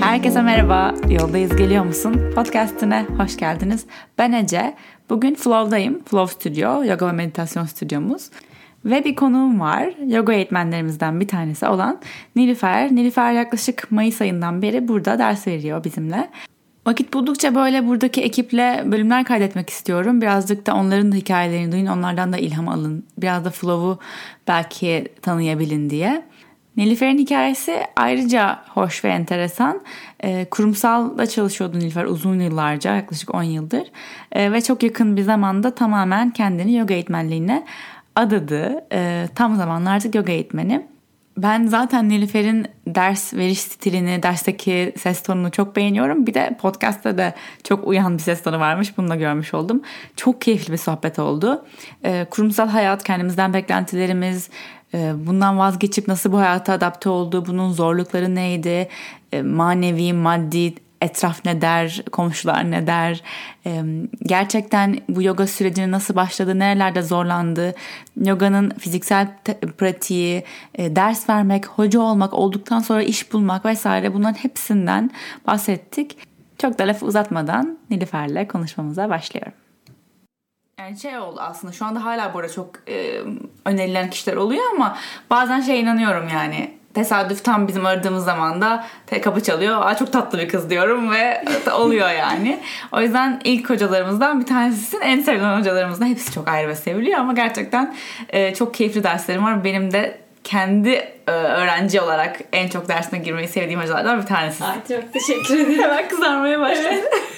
Herkese merhaba, Yoldayız Geliyor Musun? Podcast'ine hoş geldiniz. Ben Ece, bugün Flow'dayım. Flow Studio, yoga ve meditasyon stüdyomuz. Ve bir konuğum var, yoga eğitmenlerimizden bir tanesi olan Nilüfer. Nilüfer yaklaşık Mayıs ayından beri burada ders veriyor bizimle. Vakit buldukça böyle buradaki ekiple bölümler kaydetmek istiyorum. Birazcık da onların da hikayelerini duyun, onlardan da ilham alın. Biraz da Flow'u belki tanıyabilin diye. Nilüfer'in hikayesi ayrıca hoş ve enteresan. Kurumsalda çalışıyordu Nilüfer uzun yıllarca, yaklaşık 10 yıldır. Ve çok yakın bir zamanda tamamen kendini yoga eğitmenliğine adadı. Tam zamanlı artık yoga eğitmeni. Ben zaten Nilüfer'in ders veriş stilini, dersteki ses tonunu çok beğeniyorum. Bir de podcast'ta da çok uyan bir ses tonu varmış. Bunu da görmüş oldum. Çok keyifli bir sohbet oldu. Kurumsal hayat, kendimizden beklentilerimiz, bundan vazgeçip nasıl bu hayata adapte oldu, bunun zorlukları neydi, manevi, maddi, etraf ne der, komşular ne der, gerçekten bu yoga sürecine nasıl başladı, nerelerde zorlandı, yoganın fiziksel pratiği, ders vermek, hoca olmak, olduktan sonra iş bulmak vesaire, bunların hepsinden bahsettik. Çok da lafı uzatmadan Nilüfer'le konuşmamıza başlıyorum. Yani oldu aslında, şu anda hala bu arada çok önerilen kişiler oluyor ama bazen inanıyorum yani. Tesadüf tam bizim aradığımız zamanda kapı çalıyor. Çok tatlı bir kız diyorum ve oluyor yani. O yüzden ilk hocalarımızdan bir tanesisin. En sevilen hocalarımızdan. Hepsi çok ayrı ve seviliyor ama gerçekten çok keyifli derslerim var. Benim de kendi öğrenci olarak en çok dersine girmeyi sevdiğim hocalardan bir tanesi. Ay çok teşekkür ederim. Hemen kızarmaya başladı.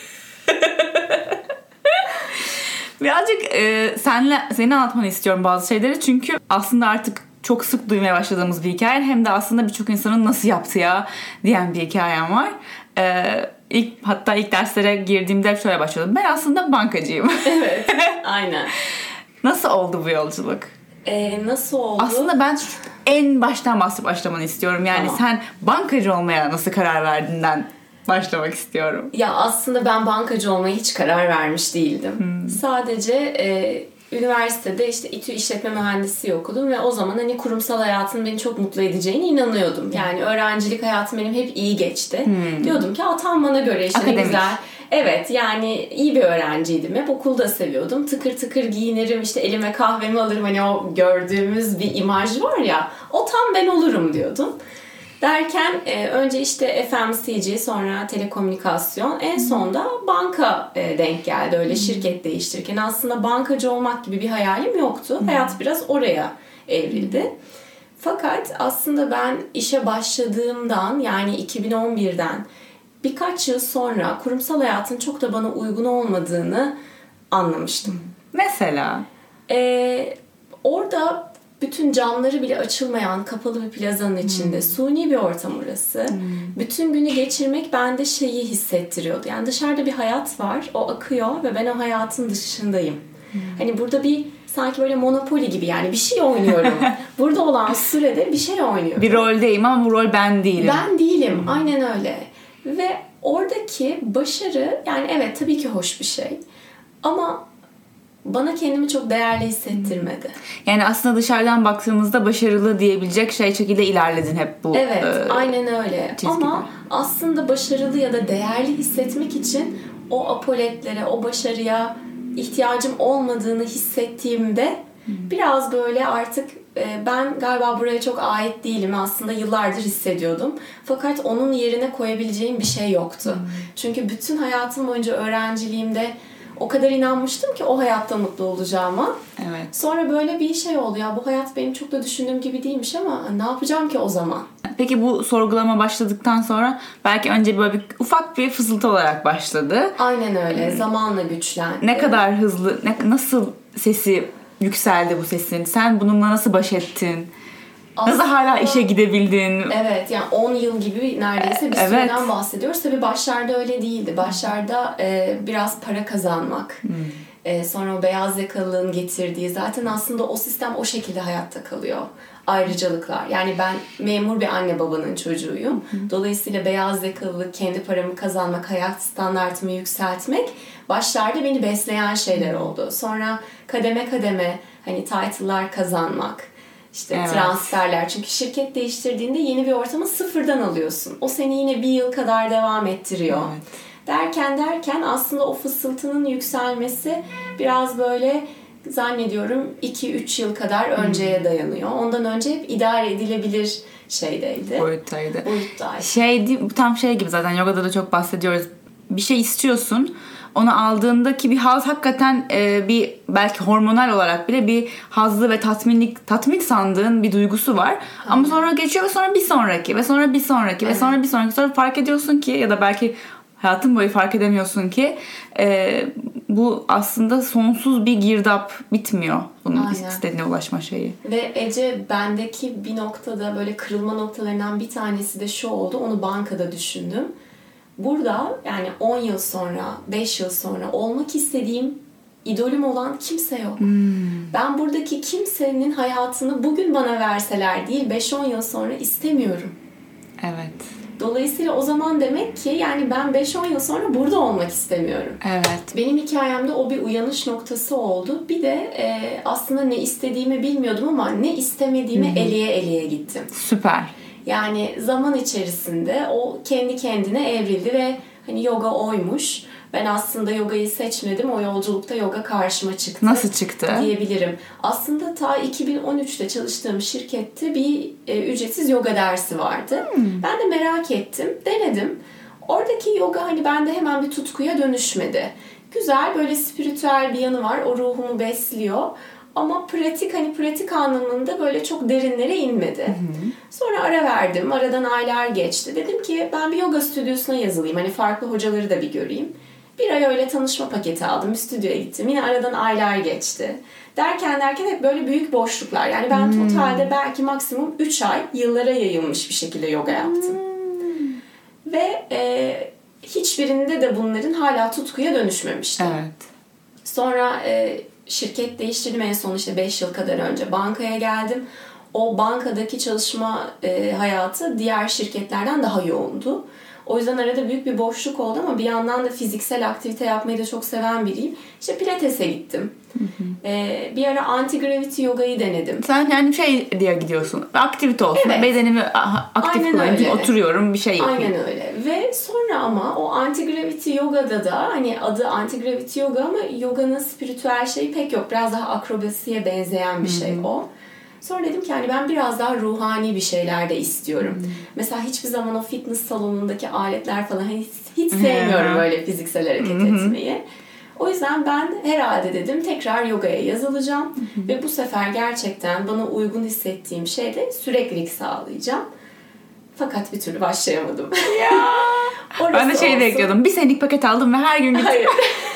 Birazcık senin anlatmanı istiyorum bazı şeyleri. Çünkü aslında artık çok sık duymaya başladığımız bir hikaye. Hem de aslında birçok insanın nasıl yaptı ya diyen bir hikayem var. Hatta ilk derslere girdiğimde şöyle başladım. Ben aslında bankacıyım. Evet, aynen. Nasıl oldu bu yolculuk? Nasıl oldu? Aslında ben en baştan başlamanı istiyorum. Yani tamam. Sen bankacı olmaya nasıl karar verdiğinden başlamak istiyorum. Ya aslında ben bankacı olmaya hiç karar vermiş değildim. Sadece üniversitede İTÜ işletme mühendisliği okudum ve o zaman kurumsal hayatın beni çok mutlu edeceğine inanıyordum. Yani öğrencilik hayatım benim hep iyi geçti. Diyordum ki tam bana göre ne güzel. Evet, yani iyi bir öğrenciydim. Hep okulda seviyordum. Tıkır tıkır giyinirim, elime kahvemi alırım. O gördüğümüz bir imaj var ya, o tam ben olurum diyordum. Derken önce FMCG, sonra telekomünikasyon, en sonunda banka denk geldi. Öyle şirket değiştirirken aslında bankacı olmak gibi bir hayalim yoktu. Hayat biraz oraya evrildi. Fakat aslında ben işe başladığımdan, yani 2011'den birkaç yıl sonra kurumsal hayatın çok da bana uygun olmadığını anlamıştım. Mesela? Orada bütün camları bile açılmayan kapalı bir plazanın içinde, suni bir ortam orası. Bütün günü geçirmek bende hissettiriyordu. Yani dışarıda bir hayat var, o akıyor ve ben o hayatın dışındayım. Burada bir sanki böyle Monopoly gibi, yani bir şey oynuyorum. Burada olan sürede bir şey oynuyorum. Bir roldeyim ama bu rol ben değilim. Ben değilim, aynen öyle. Ve oradaki başarı, yani evet tabii ki hoş bir şey. Ama bana kendimi çok değerli hissettirmedi. Yani aslında dışarıdan baktığımızda başarılı diyebilecek şekilde ilerledin hep bu. Evet, aynen öyle. Çizgide. Ama aslında başarılı ya da değerli hissetmek için o apoletlere, o başarıya ihtiyacım olmadığını hissettiğimde biraz böyle artık ben galiba buraya çok ait değilim aslında, yıllardır hissediyordum. Fakat onun yerine koyabileceğim bir şey yoktu. Çünkü bütün hayatım boyunca öğrenciliğimde o kadar inanmıştım ki o hayatta mutlu olacağıma. Evet. Sonra böyle bir şey oldu ya, bu hayat benim çok da düşündüğüm gibi değilmiş ama ne yapacağım ki o zaman? Peki bu sorgulama başladıktan sonra belki önce böyle ufak bir fısıltı olarak başladı. Aynen öyle. Zamanla güçlendi. Ne kadar hızlı, nasıl sesi yükseldi bu sesin? Sen bununla nasıl baş ettin? Aslında, nasıl hala işe gidebildin? Evet, yani 10 yıl gibi neredeyse bir süreden bahsediyoruz. Tabii başlarda öyle değildi. Başlarda biraz para kazanmak, sonra o beyaz yakalılığın getirdiği, zaten aslında o sistem o şekilde hayatta kalıyor. Ayrıcalıklar. Yani ben memur bir anne babanın çocuğuyum. Dolayısıyla beyaz yakalılık, kendi paramı kazanmak, hayat standartımı yükseltmek başlarda beni besleyen şeyler oldu. Sonra kademe kademe title'lar kazanmak, İşte Evet. transferler. Çünkü şirket değiştirdiğinde yeni bir ortamı sıfırdan alıyorsun. O seni yine bir yıl kadar devam ettiriyor. Evet. Derken aslında o fısıltının yükselmesi biraz böyle zannediyorum 2-3 yıl kadar önceye dayanıyor. Ondan önce hep idare edilebilir şeydeydi. Boyuttaydı. Boyuttaydı. Tam şey gibi zaten yogada da çok bahsediyoruz. Bir şey istiyorsun. Onu aldığındaki bir haz hakikaten bir belki hormonal olarak bile bir hazzı ve tatmin sandığın bir duygusu var. Ama sonra geçiyor ve sonra bir sonraki ve sonra bir sonraki ve sonra bir sonraki. Sonra fark ediyorsun ki ya da belki hayatın boyu fark edemiyorsun ki bu aslında sonsuz bir girdap, bitmiyor bunun istediğine ulaşma şeyi. Ve Ece, bendeki bir noktada böyle kırılma noktalarından bir tanesi de şu oldu. Onu bankada düşündüm. Burada yani 10 yıl sonra, 5 yıl sonra olmak istediğim, idolüm olan kimse yok. Ben buradaki kimsenin hayatını bugün bana verseler değil, 5-10 yıl sonra istemiyorum. Evet. Dolayısıyla o zaman demek ki yani ben 5-10 yıl sonra burada olmak istemiyorum. Evet. Benim hikayemde o bir uyanış noktası oldu. Bir de aslında ne istediğimi bilmiyordum ama ne istemediğimi eleye gittim. Süper. Yani zaman içerisinde o kendi kendine evrildi ve hani yoga oymuş. Ben aslında yogayı seçmedim. O yolculukta yoga karşıma çıktı. Nasıl çıktı? Diyebilirim. Aslında ta 2013'te çalıştığım şirkette bir ücretsiz yoga dersi vardı. Ben de merak ettim. Denedim. Oradaki yoga hani bende hemen bir tutkuya dönüşmedi. Güzel, böyle spiritüel bir yanı var. O ruhumu besliyor. Ama pratik anlamında böyle çok derinlere inmedi. Sonra ara verdim. Aradan aylar geçti. Dedim ki ben bir yoga stüdyosuna yazılayım. Hani farklı hocaları da bir göreyim. Bir ay öyle tanışma paketi aldım. Bir stüdyoya gittim. Yine aradan aylar geçti. Derken hep böyle büyük boşluklar. Yani ben totalde belki maksimum 3 ay yıllara yayılmış bir şekilde yoga yaptım. Ve hiçbirinde de bunların hala tutkuya dönüşmemişti. Evet. Sonra şirket değiştirdim, en son işte 5 yıl kadar önce bankaya geldim. O bankadaki çalışma hayatı diğer şirketlerden daha yoğundu. O yüzden arada büyük bir boşluk oldu ama bir yandan da fiziksel aktivite yapmayı da çok seven biriyim. İşte pilates'e gittim. Bir ara anti-gravity yogayı denedim. Sen yani şey diye gidiyorsun. Aktivite olsun. Evet. Bedenimi aktif kullanayım. Oturuyorum, bir şey yapayım. Aynen öyle. Ve sonra ama o anti-gravity yogada da hani adı anti-gravity yoga ama yoganın spiritüel şeyi pek yok. Biraz daha akrobasiye benzeyen bir şey o. Sonra dedim ki hani ben biraz daha ruhani bir şeyler de istiyorum. Mesela hiçbir zaman o fitness salonundaki aletler falan hiç sevmiyorum böyle fiziksel hareket etmeyi. O yüzden ben herhalde dedim tekrar yogaya yazılacağım. Ve bu sefer gerçekten bana uygun hissettiğim şeyde süreklilik sağlayacağım. Fakat bir türlü başlayamadım. Ben de şey bekliyordum. Bir senelik paket aldım ve her gün gittim. Hayır.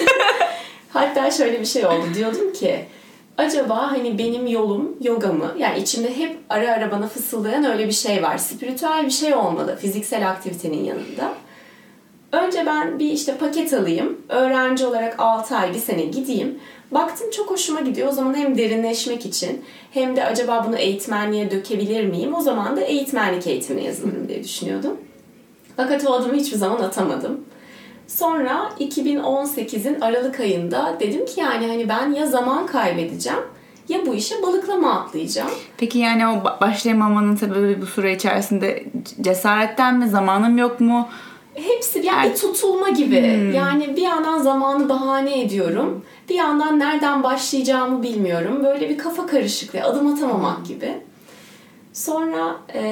Hatta şöyle bir şey oldu. Diyordum ki acaba hani benim yolum yoga mı? Yani içimde hep ara ara bana fısıldayan öyle bir şey var. Spiritüel bir şey olmalı fiziksel aktivitenin yanında. Önce ben bir işte paket alayım. Öğrenci olarak 6 ay, bir sene gideyim. Baktım çok hoşuma gidiyor. O zaman hem derinleşmek için hem de acaba bunu eğitmenliğe dökebilir miyim? O zaman da eğitmenlik eğitimine yazılırım diye düşünüyordum. Fakat o adımı hiçbir zaman atamadım. Sonra 2018'in Aralık ayında dedim ki yani hani ben ya zaman kaybedeceğim ya bu işe balıklama atlayacağım. Peki yani o başlayamamanın sebebi bu süre içerisinde cesaretten mi, zamanım yok mu? Hepsi bir tutulma gibi. Yani bir yandan zamanı bahane ediyorum. Bir yandan nereden başlayacağımı bilmiyorum. Böyle bir kafa karışıklığı, adım atamamak gibi. Sonra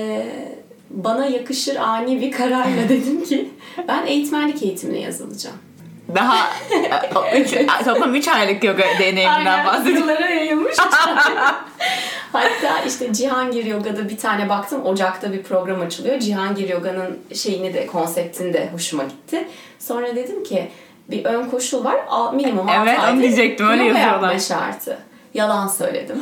bana yakışır ani bir kararla dedim ki ben eğitmenlik eğitimine yazılacağım. Daha toplam 3 aylık yoga deneyiminden bahsediyorum. Yıllara yayılmış. Hatta işte Cihangir Yoga'da bir tane baktım. Ocak'ta bir program açılıyor. Cihangir Yoga'nın şeyini de, konseptini de hoşuma gitti. Sonra dedim ki bir ön koşul var. Minimum 6 evet, onu diyecektim. Öyle yoga yazıyorlar. yapma şartı. Yalan söyledim.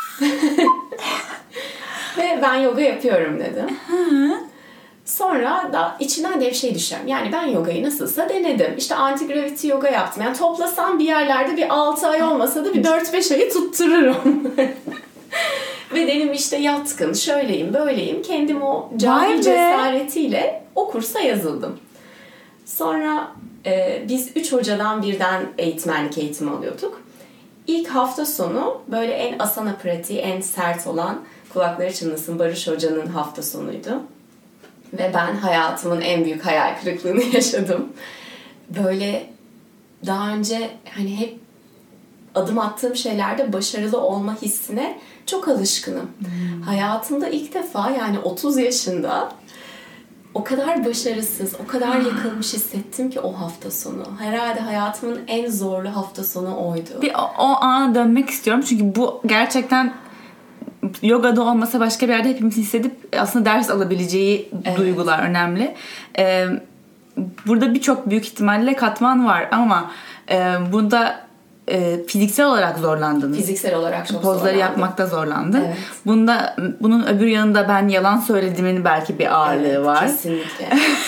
Ve ben yoga yapıyorum dedim. Sonra da içinden de bir şey düşüyorum. Yani ben yogayı nasılsa denedim. İşte anti-gravity yoga yaptım. Yani toplasam bir yerlerde bir 6 ay olmasa da bir 4-5 ayı tuttururum. Ve dedim işte yatkın, şöyleyim, böyleyim. Kendim o cahil cesaretiyle o kursa yazıldım. Sonra biz 3 hocadan birden eğitmenlik eğitimi alıyorduk. İlk hafta sonu böyle en asana pratiği, en sert olan kulakları çınlasın, Barış Hoca'nın hafta sonuydu. Ve ben hayatımın en büyük hayal kırıklığını yaşadım. Böyle daha önce hani hep adım attığım şeylerde başarılı olma hissine çok alışkınım. Hayatımda ilk defa yani 30 yaşında o kadar başarısız, o kadar yıkılmış hissettim ki o hafta sonu. Herhalde hayatımın en zorlu hafta sonu oydu. Bir o ana dönmek istiyorum çünkü bu gerçekten yogada olmasa başka bir yerde hepimiz hissedip aslında ders alabileceği duygular önemli. Burada birçok büyük ihtimalle katman var ama bunda fiziksel olarak zorlandın. Fiziksel olarak çok pozları zorlandım. yapmakta zorlandın. Evet. Bunun öbür yanında ben yalan söylediğimin belki bir ağırlığı var. Kesinlikle.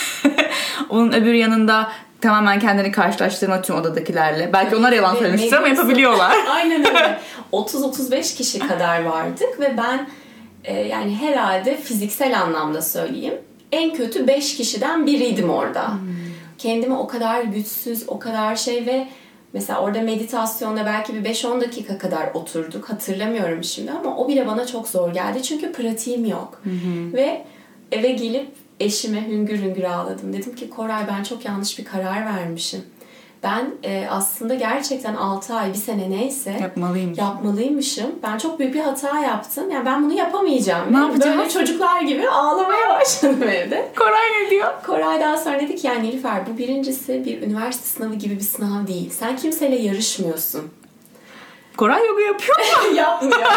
Onun öbür yanında tamamen kendini karşılaştırma tüm odadakilerle. Belki onlar yalan söylemiştir ama yapabiliyorlar. Aynen öyle. 30-35 kişi kadar vardık ve ben yani herhalde fiziksel anlamda söyleyeyim. En kötü 5 kişiden biriydim orada. Kendimi o kadar güçsüz, o kadar ve mesela orada meditasyonda belki bir 5-10 dakika kadar oturduk. Hatırlamıyorum şimdi ama o bile bana çok zor geldi. Çünkü pratiğim yok. Ve eve gelip eşime hüngür hüngür ağladım. Dedim ki Koray ben çok yanlış bir karar vermişim. Ben aslında gerçekten 6 ay, 1 sene neyse yapmalıymışım. Ben çok büyük bir hata yaptım. Yani ben bunu yapamayacağım. Ne yapacağız? Böyle çocuklar gibi ağlamaya başladım evde. Koray ne diyor? Koray daha sonra dedi ki yani Nilüfer bu birincisi bir üniversite sınavı gibi bir sınav değil. Sen kimseyle yarışmıyorsun. Koray yoga yapıyor mu? Yapmıyor.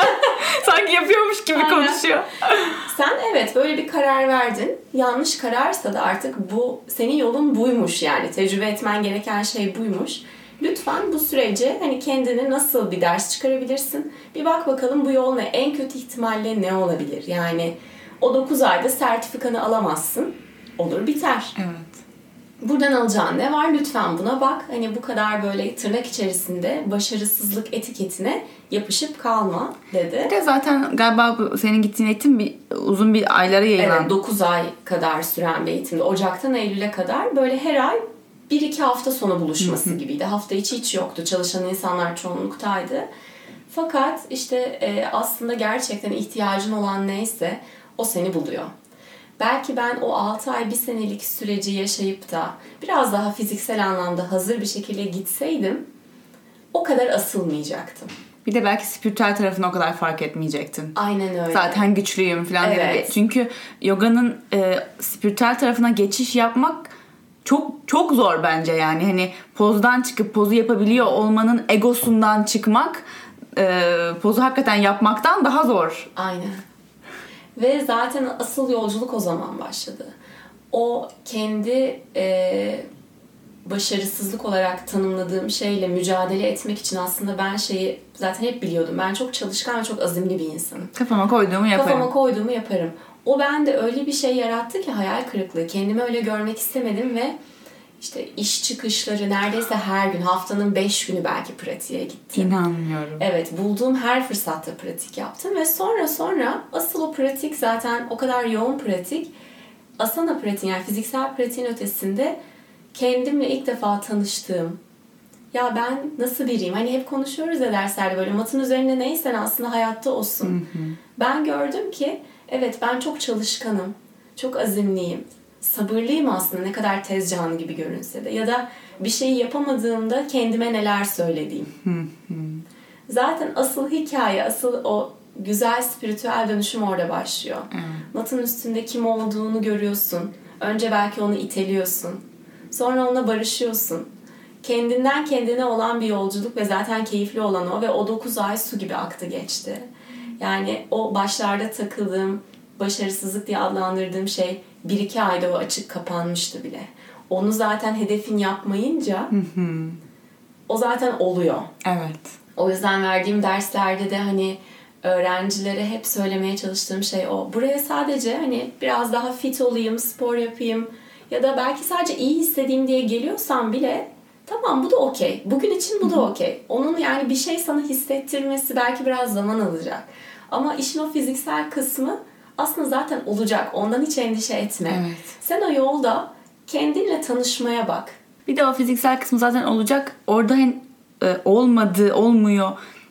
Sanki yapıyormuş gibi konuşuyor. Sen evet böyle bir karar verdin. Yanlış kararsa da artık bu senin yolun buymuş yani. Tecrübe etmen gereken şey buymuş. Lütfen bu sürece hani kendine nasıl bir ders çıkarabilirsin? Bir bak bakalım bu yol ne? En kötü ihtimalle ne olabilir? Yani o 9 ayda sertifikanı alamazsın. Olur biter. Evet. Buradan alacağın ne var? Lütfen buna bak. Hani bu kadar böyle tırnak içerisinde başarısızlık etiketine yapışıp kalma dedi. Bir de zaten galiba senin gittiğin eğitim uzun bir aylara yayılan. Evet 9 ay kadar süren bir eğitimde. Ocaktan Eylül'e kadar böyle her ay 1-2 hafta sonu buluşması gibiydi. Hafta içi hiç yoktu. Çalışan insanlar çoğunluktaydı. Fakat işte aslında gerçekten ihtiyacın olan neyse o seni buluyor. Belki ben o 6 ay 1 senelik süreci yaşayıp da biraz daha fiziksel anlamda hazır bir şekilde gitseydim o kadar asılmayacaktım. Bir de belki spiritüel tarafını o kadar fark etmeyecektin. Aynen öyle. Zaten güçlüyüm falan Evet. gibi. Çünkü yoganın spiritüel tarafına geçiş yapmak çok çok zor bence yani. Hani pozdan çıkıp pozu yapabiliyor olmanın egosundan çıkmak pozu hakikaten yapmaktan daha zor. Aynen. Ve zaten asıl yolculuk o zaman başladı. O kendi başarısızlık olarak tanımladığım şeyle mücadele etmek için aslında ben zaten hep biliyordum. Ben çok çalışkan ve çok azimli bir insanım. Kafama koyduğumu yaparım. Kafama koyduğumu yaparım. O bende öyle bir şey yarattı ki hayal kırıklığı. Kendimi öyle görmek istemedim ve işte iş çıkışları neredeyse her gün, haftanın 5 günü belki pratiğe gittim. İnanmıyorum. Evet, bulduğum her fırsatta pratik yaptım ve sonra asıl o pratik zaten o kadar yoğun pratik. Asana pratiği yani fiziksel pratiğin ötesinde kendimle ilk defa tanıştığım. Ya ben nasıl biriyim? Hani hep konuşuyoruz ya derslerde böyle matın üzerinde neysen aslında hayatta olsun. Ben gördüm ki evet ben çok çalışkanım, çok azimliyim. Sabırlıyım aslında ne kadar tez canlı gibi görünse de. Ya da bir şeyi yapamadığımda kendime neler söylediğim. Zaten asıl hikaye, asıl o güzel spiritüel dönüşüm orada başlıyor. Matın üstünde kim olduğunu görüyorsun. Önce belki onu iteliyorsun. Sonra onunla barışıyorsun. Kendinden kendine olan bir yolculuk ve zaten keyifli olan o. Ve o 9 ay su gibi aktı geçti. Yani o başlarda takıldığım, başarısızlık diye adlandırdığım şey 1-2 ayda o açık kapanmıştı bile. Onu zaten hedefin yapmayınca o zaten oluyor. Evet. O yüzden verdiğim derslerde de hani öğrencilere hep söylemeye çalıştığım şey o. Buraya sadece hani biraz daha fit olayım, spor yapayım ya da belki sadece iyi hissedeyim diye geliyorsan bile tamam bu da okey. Bugün için bu da okey. Onun yani bir şey sana hissettirmesi belki biraz zaman alacak. Ama işin o fiziksel kısmı aslında zaten olacak. Ondan hiç endişe etme. Evet. Sen o yolda kendinle tanışmaya bak. Bir de o fiziksel kısmı zaten olacak. Orada olmadı, olmuyor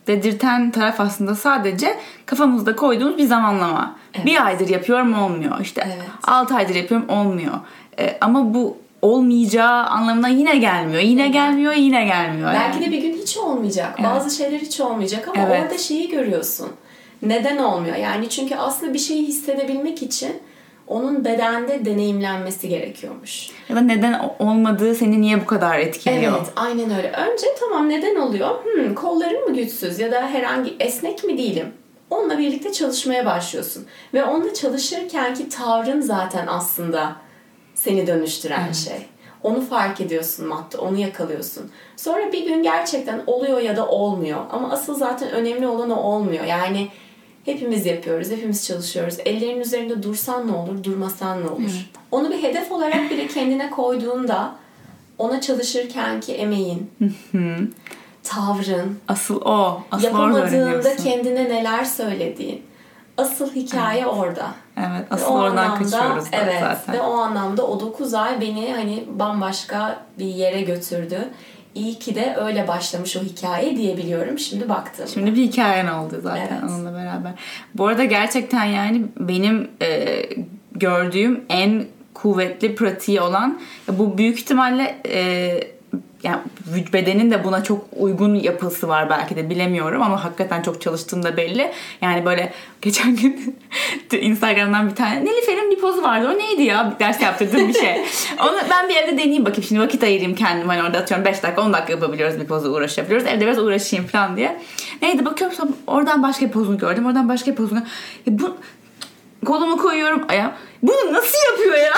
dedirten taraf aslında sadece kafamızda koyduğumuz bir zamanlama. Evet. Bir aydır yapıyorum olmuyor. İşte evet. 6 aydır yapıyorum olmuyor. Ama bu olmayacağı anlamına yine gelmiyor. Yine gelmiyor. Belki de bir gün hiç olmayacak. Evet. Bazı şeyler hiç olmayacak ama evet. Orada şeyi görüyorsun. Neden olmuyor? Yani çünkü aslında bir şeyi hissedebilmek için onun bedende deneyimlenmesi gerekiyormuş. Ya da neden olmadığı seni niye bu kadar etkiliyor? Evet, aynen öyle. Önce tamam neden oluyor? Kollarım mı güçsüz ya da herhangi esnek mi değilim? Onunla birlikte çalışmaya başlıyorsun. Ve onunla çalışırkenki tavrın zaten aslında seni dönüştüren şey. Onu fark ediyorsun madde, onu yakalıyorsun. Sonra bir gün gerçekten oluyor ya da olmuyor. Ama asıl zaten önemli olan o olmuyor. Yani hepimiz yapıyoruz, hepimiz çalışıyoruz. Ellerin üzerinde dursan ne olur, durmasan ne olur? Evet. Onu bir hedef olarak bile kendine koyduğunda ona çalışırkenki emeğin, tavrın, asıl o. Asıl yapamadığında kendine neler söylediğin. Asıl hikaye orada. Evet, asıl oradan kaçıyoruz zaten. Ve o anlamda o 9 ay beni hani bambaşka bir yere götürdü. İyi ki de öyle başlamış o hikaye diyebiliyorum şimdi baktığımda. Şimdi bir hikayen oldu zaten onunla beraber. Bu arada gerçekten yani benim gördüğüm en kuvvetli pratiği olan bu büyük ihtimalle yani bedenin de buna çok uygun yapısı var belki de bilemiyorum ama hakikaten çok çalıştığında belli. Yani böyle geçen gün Instagram'dan bir tane Nilüfer'in bir pozu vardı. O neydi ya? Bir ders yaptırdığım bir şey. Onu ben bir evde deneyeyim bakayım. Şimdi vakit ayırayım kendim. Hani orada atıyorum 5 dakika 10 dakika yapabiliyoruz bir pozu uğraşabiliyoruz. Evde biraz uğraşayım falan diye. Neydi bakıyorum oradan başka bir pozunu gördüm. Oradan başka bir pozunu. Bu kolumu koyuyorum ayağım. Bunu nasıl yapıyor ya?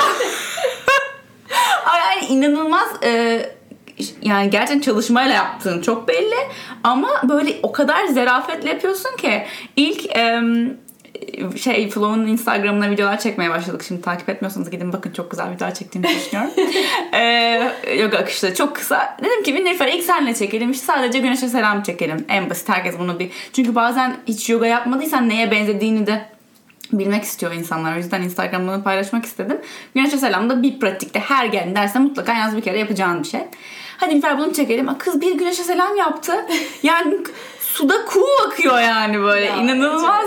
Yani inanılmaz yani gerçekten çalışmayla yaptığın çok belli ama böyle o kadar zarafetle yapıyorsun ki ilk Flow'un Instagram'ına videolar çekmeye başladık. Şimdi takip etmiyorsanız gidin bakın çok güzel videolar çektiğimi düşünüyorum. Yoga akışları çok kısa. Dedim ki Nilüfer ilk senle çekelim. İşte sadece güneşe selam çekelim. En basit herkes bunu bir. Çünkü bazen hiç yoga yapmadıysan neye benzediğini de bilmek istiyor insanlar. O yüzden Instagram'da bunu paylaşmak istedim. Güneşe selam da bir pratikte her gelin derse mutlaka yalnız bir kere yapacağın bir şey. Hadi Nilüfer bunu çekelim. Kız bir güneşe selam yaptı. Yani suda kuğu akıyor yani böyle. Ya, İnanılmaz.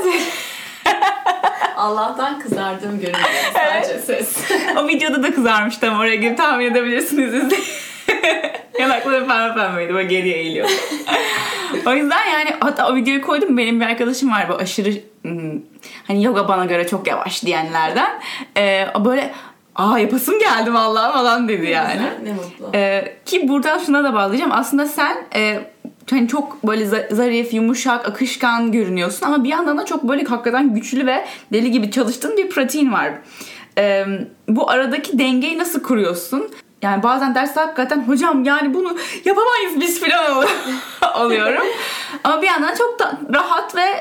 Allah'tan kızardığım görünüyor sadece ses. O videoda da kızarmıştım. Oraya girip tahmin edebilirsiniz. Yanakları pembe pembeydi. Böyle geriye eğiliyor. O yüzden yani hatta o videoyu koydum. Benim bir arkadaşım var. Bu aşırı hani yoga bana göre çok yavaş diyenlerden. Böyle yapasım geldi vallahi falan dedi yani. Ne mutlu. Ki buradan şuna da bağlayacağım. Aslında sen hani çok böyle zarif, yumuşak, akışkan görünüyorsun ama bir yandan da çok böyle hakikaten güçlü ve deli gibi çalıştığın bir pratiğin var. Bu aradaki dengeyi nasıl kuruyorsun? Yani bazen derste hakikaten hocam yani bunu yapamayız biz falan oluyorum. Ama bir yandan çok da rahat ve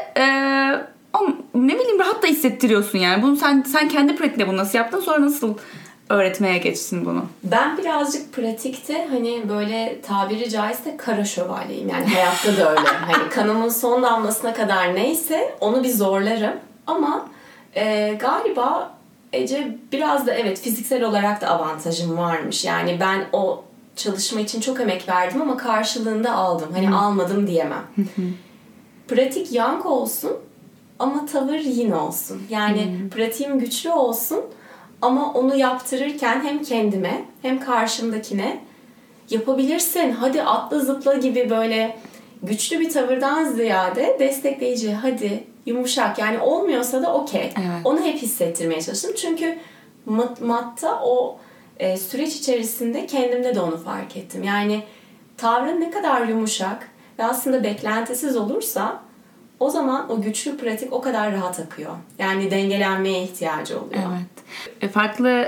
ne bileyim rahat da hissettiriyorsun yani. Bunu sen kendi pratikle bunu nasıl yaptın? Sonra nasıl öğretmeye geçsin bunu? Ben birazcık pratikte hani böyle tabiri caizse kara şövalyeyim. Yani hayatta da öyle. Hani kanımın son damlasına kadar neyse onu bir zorlarım. Ama galiba Ece biraz da evet fiziksel olarak da avantajım varmış. Yani ben o çalışma için çok emek verdim ama karşılığında aldım. Hani almadım diyemem. Pratik yang olsun ama tavır yin olsun. Yani pratiğim güçlü olsun ama onu yaptırırken hem kendime hem karşımdakine yapabilirsin, hadi atla zıpla gibi böyle güçlü bir tavırdan ziyade destekleyici, hadi yumuşak, yani olmuyorsa da okey. Evet. Onu hep hissettirmeye çalıştım. Çünkü matta o süreç içerisinde kendimde de onu fark ettim. Yani tavrın ne kadar yumuşak ve aslında beklentisiz olursa o zaman o güçlü pratik o kadar rahat akıyor. Yani dengelenmeye ihtiyacı oluyor. Evet. Farklı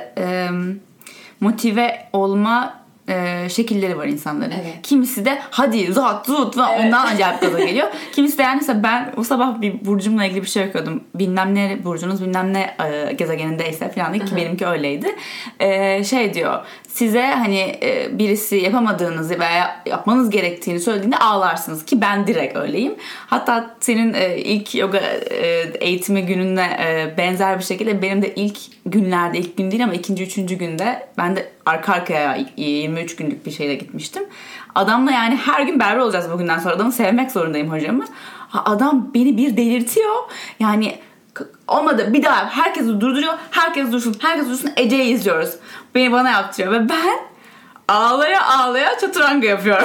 motive olma şekilleri var insanların. Evet. Kimisi de hadi zat zut ve ondan acayip gaza geliyor. Kimisi de yani mesela ben o sabah bir burcumla ilgili bir şey okuyordum. Bilmem ne burcunuz bilmem ne gezegenindeyse falan ki benimki öyleydi. Şey diyor, size hani birisi yapamadığınızı veya yapmanız gerektiğini söylediğinde ağlarsınız ki ben direkt öyleyim. Hatta senin ilk yoga eğitimi gününe benzer bir şekilde benim de ilk günlerde, ilk gün değil ama ikinci, üçüncü günde ben de arka arkaya 23 günlük bir şeyle gitmiştim. Adamla yani her gün beraber olacağız bugünden sonra. Adamı sevmek zorundayım hocamı. Adam beni bir delirtiyor. Yani olmadı, bir daha herkes durduruyor. Herkes dursun. Ece'yi izliyoruz. Bana yaptırıyor ve ben ağlaya ağlaya çatıranga yapıyorum.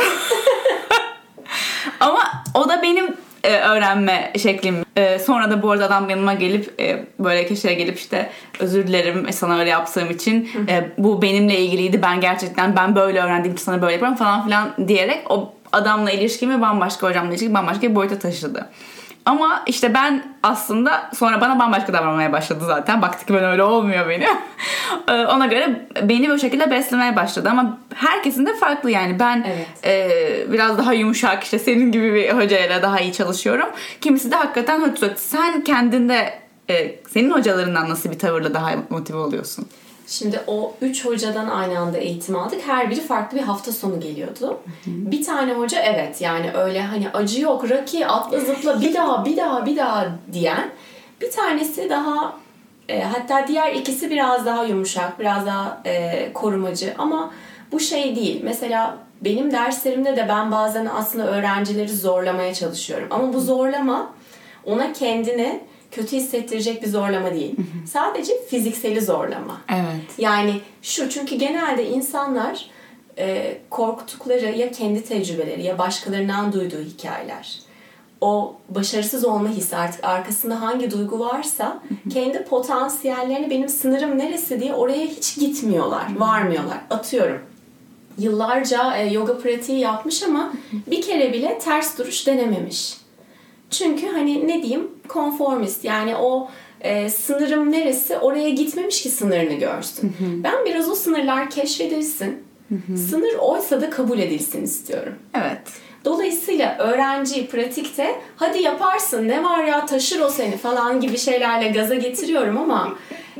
Ama o da benim öğrenme şeklim. Sonra da bu arada adam yanıma gelip böyle köşeye gelip işte özür dilerim sana öyle yaptığım için. Bu benimle ilgiliydi. Ben böyle öğrendiğim için sana böyle yapıyorum falan filan diyerek o adamla ilişkimi bambaşka, hocamla ilişkimi bambaşka bir boyuta taşıdı. Ama işte ben aslında sonra bana bambaşka davranmaya başladı zaten. Baktı ki ben öyle olmuyor benim. Ona göre beni bu şekilde beslemeye başladı. Ama herkesin de farklı yani. Ben biraz daha yumuşak, işte senin gibi bir hocayla daha iyi çalışıyorum. Kimisi de hakikaten sen kendinde senin hocalarından nasıl bir tavırla daha motive oluyorsun? Şimdi o 3 hocadan aynı anda eğitim aldık. Her biri farklı bir hafta sonu geliyordu. Hı-hı. Bir tane hoca evet yani öyle hani acı yok, Rocky atla zıpla bir daha diyen. Bir tanesi daha hatta diğer ikisi biraz daha yumuşak, biraz daha korumacı ama bu şey değil. Mesela benim derslerimde de ben bazen aslında öğrencileri zorlamaya çalışıyorum. Ama bu zorlama ona kendini kötü hissettirecek bir zorlama değil. Sadece fizikseli zorlama. Evet. Yani çünkü genelde insanlar korktukları ya kendi tecrübeleri ya başkalarından duyduğu hikayeler. O başarısız olma hissi artık arkasında hangi duygu varsa kendi potansiyellerini benim sınırım neresi diye oraya hiç gitmiyorlar, varmıyorlar. Atıyorum. Yıllarca yoga pratiği yapmış ama bir kere bile ters duruş denememiş. Çünkü hani ne diyeyim konformist yani o sınırım neresi oraya gitmemiş ki sınırını görsün. Ben biraz o sınırlar keşfedilsin. Sınır oysa da kabul edilsin istiyorum. Evet. Dolayısıyla öğrenciyi pratikte hadi yaparsın ne var ya taşır o seni falan gibi şeylerle gaza getiriyorum ama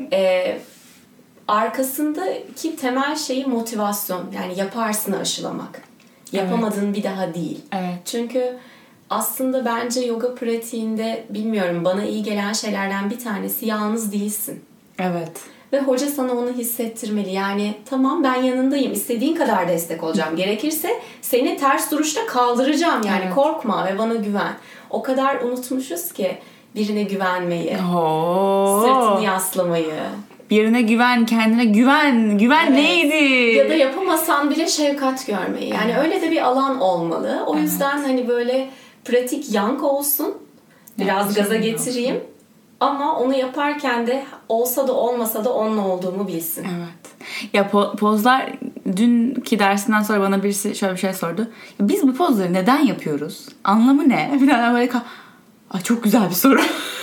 arkasındaki temel şeyi motivasyon yani yaparsını aşılamak. Yapamadığın bir daha değil. Evet. Çünkü aslında bence yoga pratiğinde bilmiyorum bana iyi gelen şeylerden bir tanesi yalnız değilsin. Evet. Ve hoca sana onu hissettirmeli. Yani tamam ben yanındayım. İstediğin kadar destek olacağım. Gerekirse seni ters duruşta kaldıracağım. Yani korkma ve bana güven. O kadar unutmuşuz ki birine güvenmeyi. Sırtını yaslamayı. Birine güven, kendine güven. Güven neydi? Ya da yapamasan bile şefkat görmeyi. Yani öyle de bir alan olmalı. O yüzden hani böyle pratik yank olsun. Biraz gaza getireyim. Ama onu yaparken de olsa da olmasa da onunla olduğumu bilsin. Evet. Ya pozlar dünkü dersinden sonra bana birisi şöyle bir şey sordu. Ya biz bu pozları neden yapıyoruz? Anlamı ne? Falan böyle çok güzel bir soru.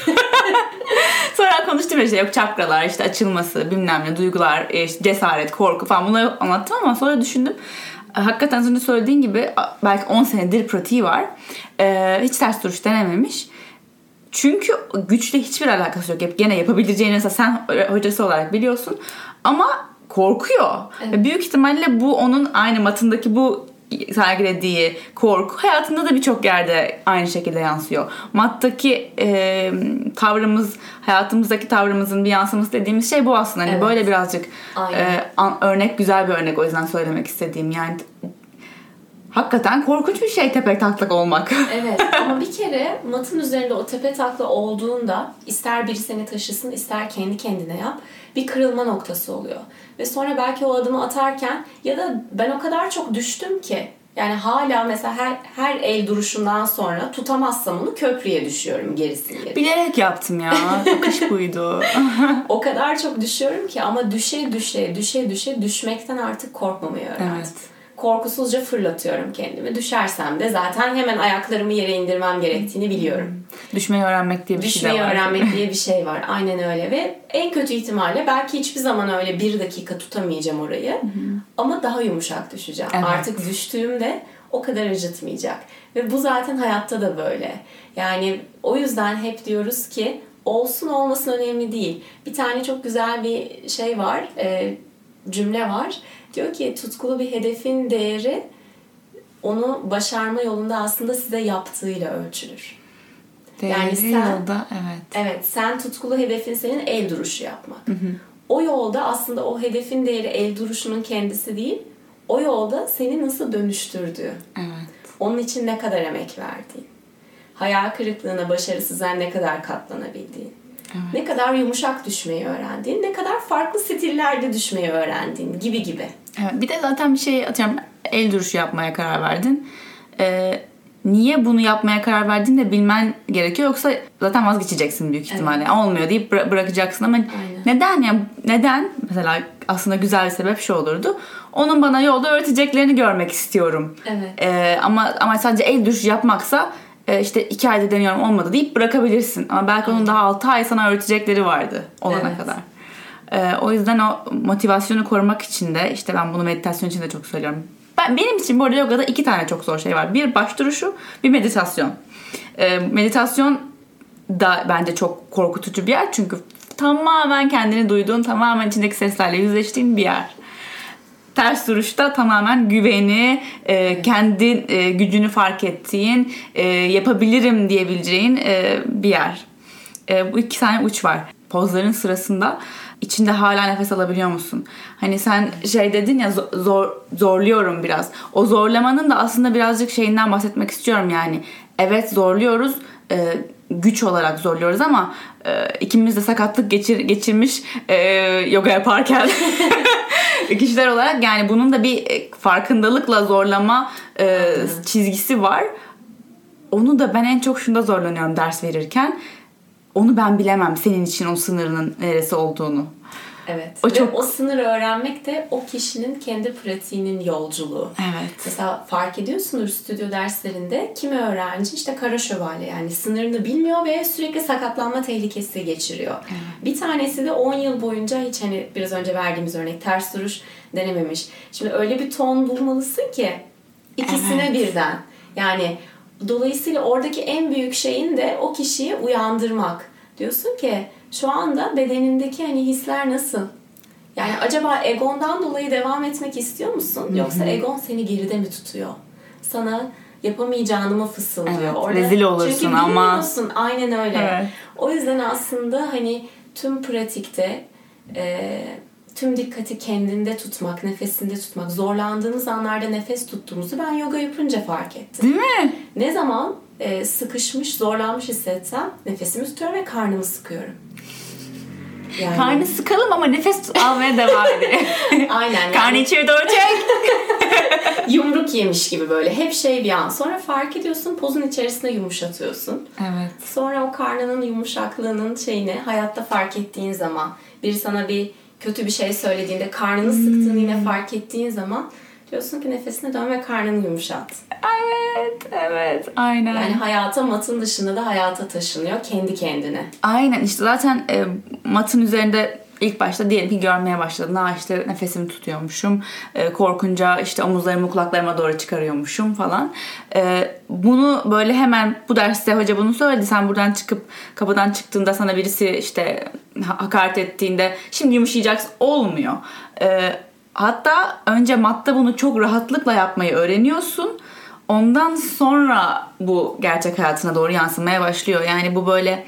Sonra konuştum işte yok çakralar işte açılması bilmem ne duygular işte cesaret korku falan bunları anlattım ama sonra düşündüm. Hakikaten az önce söylediğin gibi belki 10 senedir pratiği var. Hiç ters duruş denememiş. Çünkü güçle hiçbir alakası yok. Hep gene yapabileceğini mesela sen hocası olarak biliyorsun. Ama korkuyor. Evet. Büyük ihtimalle bu onun aynı matındaki bu sergilediği korku hayatında da birçok yerde aynı şekilde yansıyor. Mattaki tavrımız, hayatımızdaki tavrımızın bir yansıması dediğimiz şey bu aslında. Hani böyle birazcık örnek güzel bir örnek o yüzden söylemek istediğim. Yani hakikaten korkunç bir şey tepe taklak olmak. Evet ama bir kere matın üzerinde o tepe taklak olduğunda ister biri seni taşısın ister kendi kendine yap bir kırılma noktası oluyor. Ve sonra belki o adımı atarken ya da ben o kadar çok düştüm ki yani hala mesela her el duruşundan sonra tutamazsam onu köprüye düşüyorum gerisini. Bilerek yaptım ya. Akış buydu. O kadar çok düşüyorum ki ama düşe düşmekten artık korkmamayı öğrendim. Evet. Korkusuzca fırlatıyorum kendimi. Düşersem de zaten hemen ayaklarımı yere indirmem gerektiğini biliyorum. Düşmeyi öğrenmek diye bir şey var. Düşmeyi öğrenmek diye bir şey var. Aynen öyle ve en kötü ihtimalle belki hiçbir zaman öyle 1 dakika tutamayacağım orayı. Ama daha yumuşak düşeceğim. Evet. Artık düştüğümde o kadar acıtmayacak. Ve bu zaten hayatta da böyle. Yani o yüzden hep diyoruz ki olsun olmasın önemli değil. Bir tane çok güzel bir şey var. Cümle var. Diyor ki tutkulu bir hedefin değeri onu başarma yolunda aslında size yaptığıyla ölçülür. Değeri yani yolda evet. Evet sen tutkulu hedefin senin el duruşu yapmak. o yolda aslında o hedefin değeri el duruşunun kendisi değil, o yolda seni nasıl dönüştürdüğü. Evet. Onun için ne kadar emek verdiğin. Hayal kırıklığına, başarısızlığa ne kadar katlanabildiğin. Evet. Ne kadar yumuşak düşmeyi öğrendiğin, ne kadar farklı stillerde düşmeyi öğrendiğin gibi. Evet. Bir de zaten bir şey atıyorum, el duruşu yapmaya karar verdin. Niye bunu yapmaya karar verdiğini de bilmen gerekiyor. Yoksa zaten vazgeçeceksin büyük ihtimalle. Evet. Olmuyor deyip bırakacaksın ama neden yani, neden mesela aslında güzel bir sebep şu olurdu. Onun bana yolda öğreteceklerini görmek istiyorum. Evet. Ama sadece el duruşu yapmaksa işte 2 ayda deniyorum olmadı deyip bırakabilirsin. Ama belki onun daha 6 ay sana öğretecekleri vardı olana kadar. O yüzden o motivasyonu korumak için de işte ben bunu meditasyon için de çok söylüyorum. Benim için bu arada yogada 2 tane çok zor şey var. Bir baş duruşu, bir meditasyon. Meditasyon da bence çok korkutucu bir yer. Çünkü tamamen kendini duyduğun, tamamen içindeki seslerle yüzleştiğin bir yer. Ters duruşta tamamen güveni, kendi gücünü fark ettiğin, yapabilirim diyebileceğin bir yer. Bu 2 tane uç var. Pozların sırasında içinde hala nefes alabiliyor musun? Hani sen şey dedin ya, zorluyorum biraz. O zorlamanın da aslında birazcık şeyinden bahsetmek istiyorum yani. Evet zorluyoruz, güç olarak zorluyoruz ama ikimiz de sakatlık geçirmiş yoga yaparken kişiler olarak yani bunun da bir farkındalıkla zorlama çizgisi var. Onu da ben en çok şunda zorlanıyorum ders verirken. Onu ben bilemem senin için o sınırının neresi olduğunu. Evet. Ve o sınırı öğrenmek de o kişinin kendi pratiğinin yolculuğu. Evet. Mesela fark ediyorsunuz stüdyo derslerinde kimi öğrenci işte kara şövalye yani sınırını bilmiyor ve sürekli sakatlanma tehlikesi geçiriyor. Evet. Bir tanesi de 10 yıl boyunca hiç hani biraz önce verdiğimiz örnek ters duruş denememiş. Şimdi öyle bir ton bulmalısın ki ikisine birden. Yani dolayısıyla oradaki en büyük şeyin de o kişiyi uyandırmak. Diyorsun ki şu anda bedenindeki hani hisler nasıl? Yani acaba egondan dolayı devam etmek istiyor musun? Hı-hı. Yoksa egon seni geride mi tutuyor? Sana yapamayacağını mı fısıldıyor? Evet, orada rezil olursun çünkü ama. bilmiyorsun. Aynen öyle. Evet. O yüzden aslında hani tüm pratikte tüm dikkati kendinde tutmak, nefesinde tutmak. Zorlandığımız anlarda nefes tuttuğumuzu ben yoga yapınca fark ettim. Değil mi? Ne zaman sıkışmış, zorlanmış hissetsem nefesimi tutuyorum ve karnımı sıkıyorum. Yani... Karnı sıkalım ama nefes almaya devam edelim. Aynen. Yani... Karnı içeri doğru çek. Yumruk yemiş gibi böyle. Hep bir an. Sonra fark ediyorsun, pozun içerisinde yumuşatıyorsun. Evet. Sonra o karnının yumuşaklığının hayatta fark ettiğin zaman, biri sana bir kötü bir şey söylediğinde karnını sıktığını yine fark ettiğin zaman diyorsun ki nefesine dön ve karnını yumuşat. Evet, aynen. Yani hayata matın dışında da hayata taşınıyor kendi kendine. Aynen işte zaten matın üzerinde ilk başta diyelim ki görmeye başladın. İşte nefesimi tutuyormuşum. Korkunca işte omuzlarımı kulaklarıma doğru çıkarıyormuşum falan. Bunu böyle hemen bu derste hoca bunu söyledi. Sen buradan çıkıp kapıdan çıktığında sana birisi işte hakaret ettiğinde şimdi yumuşayacaksın olmuyor. Hatta önce matta bunu çok rahatlıkla yapmayı öğreniyorsun. Ondan sonra bu gerçek hayatına doğru yansımaya başlıyor. Yani bu böyle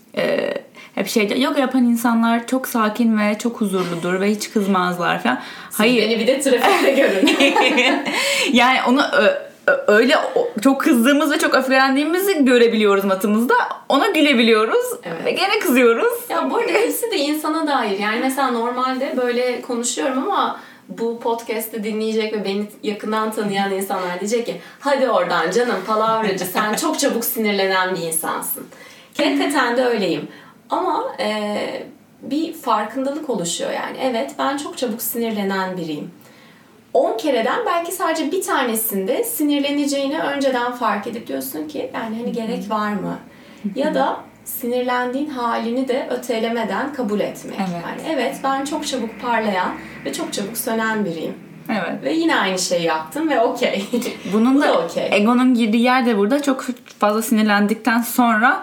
hep yoga yapan insanlar çok sakin ve çok huzurludur ve hiç kızmazlar falan. Hayır. Siz beni bir de trafikte görün. Yani onu öyle çok kızdığımız ve çok öfkelendiğimizi görebiliyoruz matımızda. Ona gülebiliyoruz ve gene kızıyoruz. Ya bu arada hepsi de insana dair. Yani mesela normalde böyle konuşuyorum ama bu podcast'ı dinleyecek ve beni yakından tanıyan insanlar diyecek ki hadi oradan canım palavracı sen çok çabuk sinirlenen bir insansın. Hakikaten de öyleyim. Ama bir farkındalık oluşuyor yani. Evet ben çok çabuk sinirlenen biriyim. 10 kereden belki sadece bir tanesinde sinirleneceğini önceden fark edip diyorsun ki yani hani gerek var mı? Ya da sinirlendiğin halini de ötelemeden kabul etmek. Evet. Yani evet ben çok çabuk parlayan ve çok çabuk sönen biriyim. Evet. Ve yine aynı şeyi yaptım ve okey. Bunun da okay. Egonun girdiği yer de burada çok fazla sinirlendikten sonra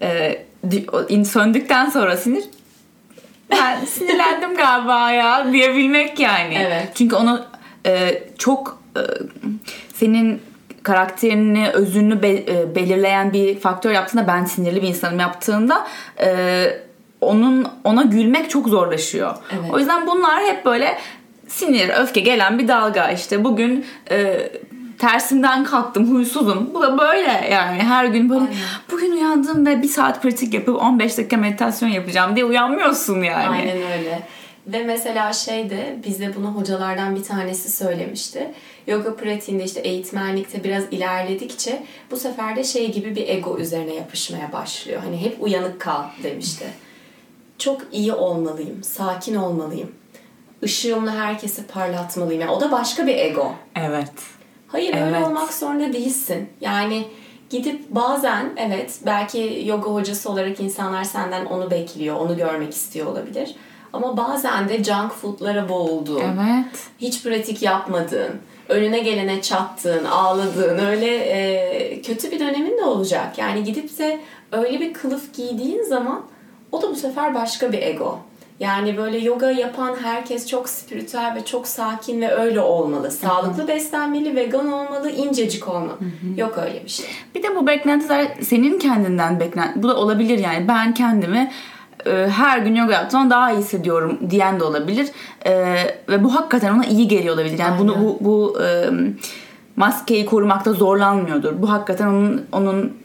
söndükten sonra sinir ben sinirlendim galiba ya diyebilmek yani. Evet. Çünkü onu çok senin karakterini, özünü belirleyen bir faktör yaptığında ben sinirli bir insanım yaptığında ona gülmek çok zorlaşıyor. Evet. O yüzden bunlar hep böyle sinir, öfke gelen bir dalga. İşte bugün tersimden kalktım, huysuzum. Bu da böyle yani her gün böyle. Aynen. Bugün uyandım ve 1 saat pratik yapıp 15 dakika meditasyon yapacağım diye uyanmıyorsun yani. Aynen öyle. Ve mesela bize bunu hocalardan bir tanesi söylemişti. Yoga pratiğinde işte eğitmenlikte biraz ilerledikçe bu sefer de gibi bir ego üzerine yapışmaya başlıyor. Hani hep uyanık kal demişti. Çok iyi olmalıyım, sakin olmalıyım. Işığımla herkesi parlatmalıyım. Yani o da başka bir ego. Evet. Hayır, öyle olmak zorunda değilsin. Yani gidip bazen belki yoga hocası olarak insanlar senden onu bekliyor, onu görmek istiyor olabilir. Ama bazen de junk food'lara boğulduğun, hiç pratik yapmadığın, önüne gelene çattığın, ağladığın öyle kötü bir dönemin de olacak. Yani gidip de öyle bir kılıf giydiğin zaman o da bu sefer başka bir ego. Yani böyle yoga yapan herkes çok spiritüel ve çok sakin ve öyle olmalı. Sağlıklı beslenmeli, vegan olmalı, incecik olmalı. Yok öyle bir şey. Bir de bu beklentiler senin kendinden bu da olabilir yani. Ben kendimi her gün yoga yaptığımda daha iyi hissediyorum diyen de olabilir. Ve bu hakikaten ona iyi geliyor olabilir. Yani bunu bu maskeyi korumakta zorlanmıyordur. Bu hakikaten onun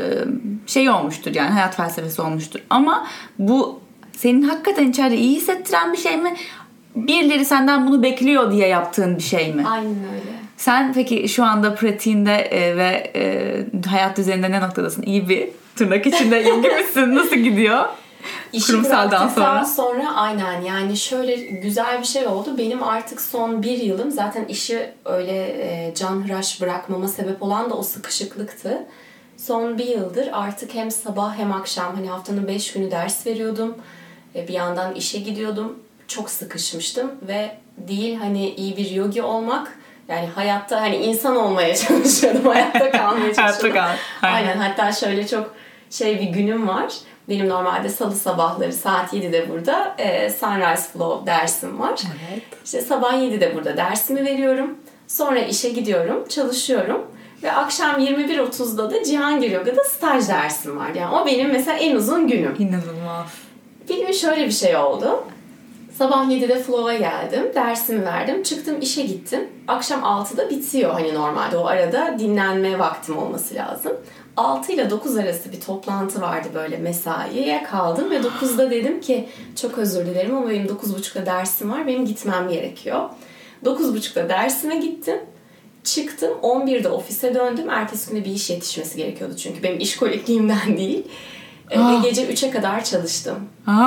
olmuştur yani hayat felsefesi olmuştur. Ama bu senin hakikaten içeride iyi hissettiren bir şey mi? Birileri senden bunu bekliyor diye yaptığın bir şey mi? Aynen öyle. Sen peki şu anda pratiğinde ve hayat düzeninde ne noktadasın? İyi bir tırnak içinde yogi misin? Nasıl gidiyor? İşi bıraktıktan sonra aynen yani şöyle güzel bir şey oldu. Benim artık son 1 yılım zaten işi öyle canhıraş bırakmama sebep olan da o sıkışıklıktı. Son 1 yıldır artık hem sabah hem akşam hani haftanın 5 günü ders veriyordum. Bir yandan işe gidiyordum. Çok sıkışmıştım ve değil hani iyi bir yogi olmak yani hayatta hani insan olmaya çalışıyordum. Hayatta kalmaya çalışıyordum. Aynen hatta şöyle çok bir günüm var. Benim normalde salı sabahları saat 7'de burada Sunrise Flow dersim var. Evet. İşte sabah 7'de burada dersimi veriyorum. Sonra işe gidiyorum, çalışıyorum. Ve akşam 21.30'da da Cihangir Yoga'da staj dersim var. Yani o benim mesela en uzun günüm. İnanılmaz. Bir gün şöyle bir şey oldu. Sabah 7'de Flow'a geldim, dersimi verdim, çıktım işe gittim. Akşam 6'da bitiyor hani normalde o arada dinlenme vaktim olması lazım. 6 ile 9 arası bir toplantı vardı böyle mesaiye kaldım ve 9'da dedim ki çok özür dilerim ama benim 9.30'da dersim var, benim gitmem gerekiyor. 9.30'da dersime gittim. Çıktım 11'de ofise döndüm. Ertesi günde bir iş yetişmesi gerekiyordu çünkü benim işkolikliğimden değil. Ve gece 3'e kadar çalıştım.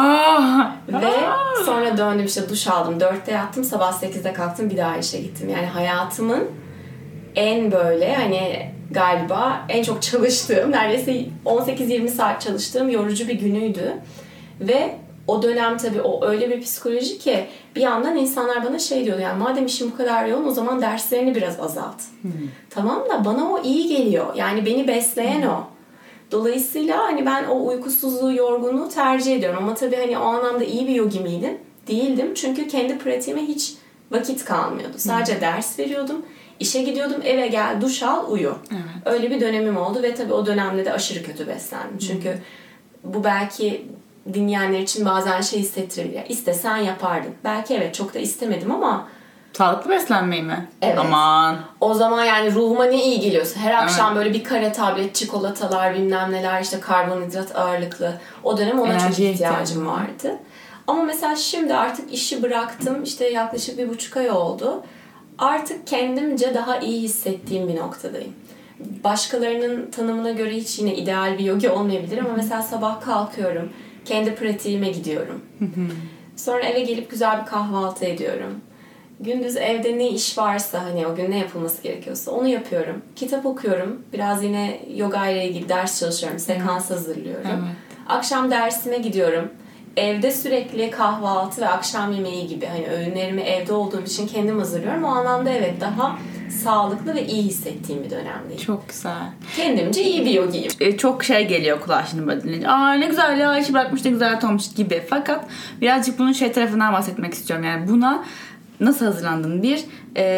Ve sonra döndüm işte duş aldım. 4'te yattım, sabah 8'de kalktım, bir daha işe gittim. Yani hayatımın en böyle hani galiba en çok çalıştığım, neredeyse 18-20 saat çalıştığım yorucu bir günüydü. Ve o dönem tabii o öyle bir psikoloji ki bir yandan insanlar bana diyordu yani madem işin bu kadar yoğun o zaman derslerini biraz azalt. Tamam da bana o iyi geliyor. Yani beni besleyen o. Dolayısıyla hani ben o uykusuzluğu, yorgunluğu tercih ediyorum. Ama tabii hani o anlamda iyi bir yogi miydim? Değildim. Çünkü kendi pratiğime hiç vakit kalmıyordu. Sadece ders veriyordum. İşe gidiyordum, eve gel, duş al, uyu. Evet. Öyle bir dönemim oldu ve tabii o dönemde de aşırı kötü beslendim. Çünkü bu belki dinleyenler için bazen hissettirebilir. İstesen yapardın. Belki evet çok da istemedim ama sağlıklı beslenmeyi mi? Evet. Aman. O zaman yani ruhuma ne iyi geliyorsa. Her akşam böyle bir kare tablet, çikolatalar, bilmem neler, işte karbonhidrat ağırlıklı. O dönem ona çok ihtiyacım vardı. Ama mesela şimdi artık işi bıraktım. İşte yaklaşık 1,5 ay oldu. Artık kendimce daha iyi hissettiğim bir noktadayım. Başkalarının tanımına göre hiç yine ideal bir yogi olmayabilir ama mesela sabah kalkıyorum. Kendi pratiğime gidiyorum. Sonra eve gelip güzel bir kahvaltı ediyorum. Gündüz evde ne iş varsa hani o gün ne yapılması gerekiyorsa onu yapıyorum. Kitap okuyorum. Biraz yine yoga ile ilgili ders çalışıyorum. Sekans hazırlıyorum. Evet. Akşam dersime gidiyorum. Evde sürekli kahvaltı ve akşam yemeği gibi hani öğünlerimi evde olduğum için kendim hazırlıyorum. O anlamda evet daha sağlıklı ve iyi hissettiğim bir dönemdeyim. Çok güzel. Kendimce iyi bir yogiyim. Çok geliyor kulağa şimdi böyle dinleyince. Ne güzel ya işi bırakmış da güzel olmuş gibi. Fakat birazcık bunun tarafından bahsetmek istiyorum. Yani buna nasıl hazırlandın?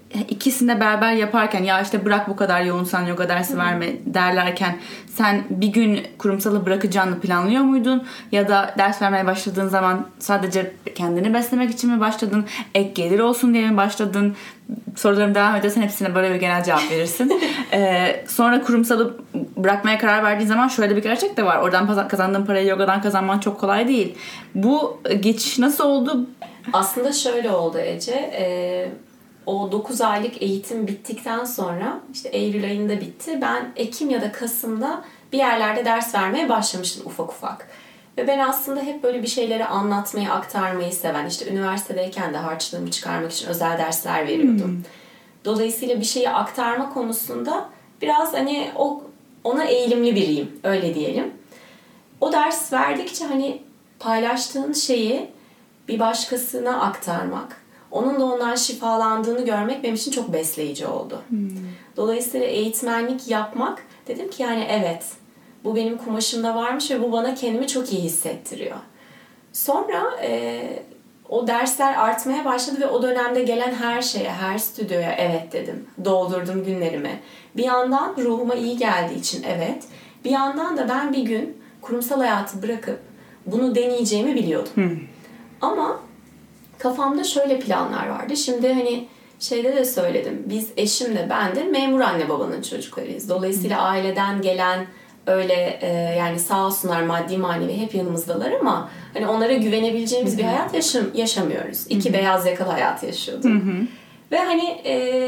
ikisini de beraber yaparken ya işte bırak bu kadar yoğunsan yoga dersi verme derlerken sen bir gün kurumsalı bırakacağını planlıyor muydun? Ya da ders vermeye başladığın zaman sadece kendini beslemek için mi başladın? Ek gelir olsun diye mi başladın? Sorularım devam edersen hepsine böyle bir genel cevap verirsin. Sonra kurumsalı bırakmaya karar verdiğin zaman şöyle bir gerçek de var. Oradan kazandığın parayı yogadan kazanman çok kolay değil. Bu geçiş nasıl oldu? Aslında şöyle oldu Ece. O 9 aylık eğitim bittikten sonra işte Eylül ayında bitti. Ben Ekim ya da Kasım'da bir yerlerde ders vermeye başlamıştım ufak ufak. Ve ben aslında hep böyle bir şeyleri anlatmayı, aktarmayı seven, işte üniversitedeyken de harçlığımı çıkarmak için özel dersler veriyordum. Dolayısıyla bir şeyi aktarma konusunda biraz hani ona eğilimli biriyim, öyle diyelim. O ders verdikçe hani paylaştığın şeyi bir başkasına aktarmak, onun da ondan şifalandığını görmek benim için çok besleyici oldu. Dolayısıyla eğitmenlik yapmak, dedim ki yani evet, bu benim kumaşımda varmış ve bu bana kendimi çok iyi hissettiriyor. Sonra o dersler artmaya başladı ve o dönemde gelen her şeye, her stüdyoya evet dedim. Doldurdum günlerimi. Bir yandan ruhuma iyi geldiği için evet. Bir yandan da ben bir gün kurumsal hayatı bırakıp bunu deneyeceğimi biliyordum. Ama kafamda şöyle planlar vardı. Şimdi hani şeyde de söyledim. Biz eşimle ben de memur anne babanın çocuklarıyız. Dolayısıyla aileden gelen öyle yani sağ olsunlar maddi manevi hep yanımızdalar ama hani onlara güvenebileceğimiz bir hayat yaşamıyoruz. İki beyaz yakalı hayat yaşıyordum. Ve hani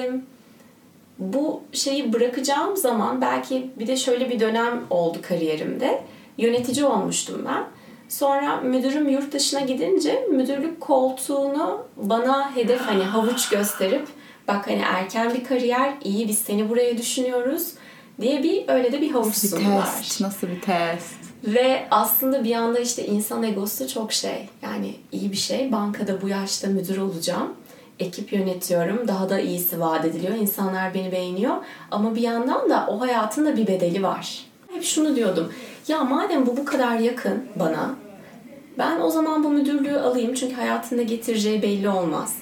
bu şeyi bırakacağım zaman belki bir de şöyle bir dönem oldu kariyerimde. Yönetici olmuştum ben. Sonra müdürüm yurt dışına gidince müdürlük koltuğunu bana hedef hani havuç gösterip bak hani erken bir kariyer iyi biz seni buraya düşünüyoruz diye öyle de bir havuç sundular. Nasıl bir test? Ve aslında bir anda işte insan egosu çok yani iyi bir şey. Bankada bu yaşta müdür olacağım. Ekip yönetiyorum. Daha da iyisi vaat ediliyor. İnsanlar beni beğeniyor. Ama bir yandan da o hayatın da bir bedeli var. Hep şunu diyordum. Ya madem bu kadar yakın bana, ben o zaman bu müdürlüğü alayım. Çünkü hayatında getireceği belli olmaz.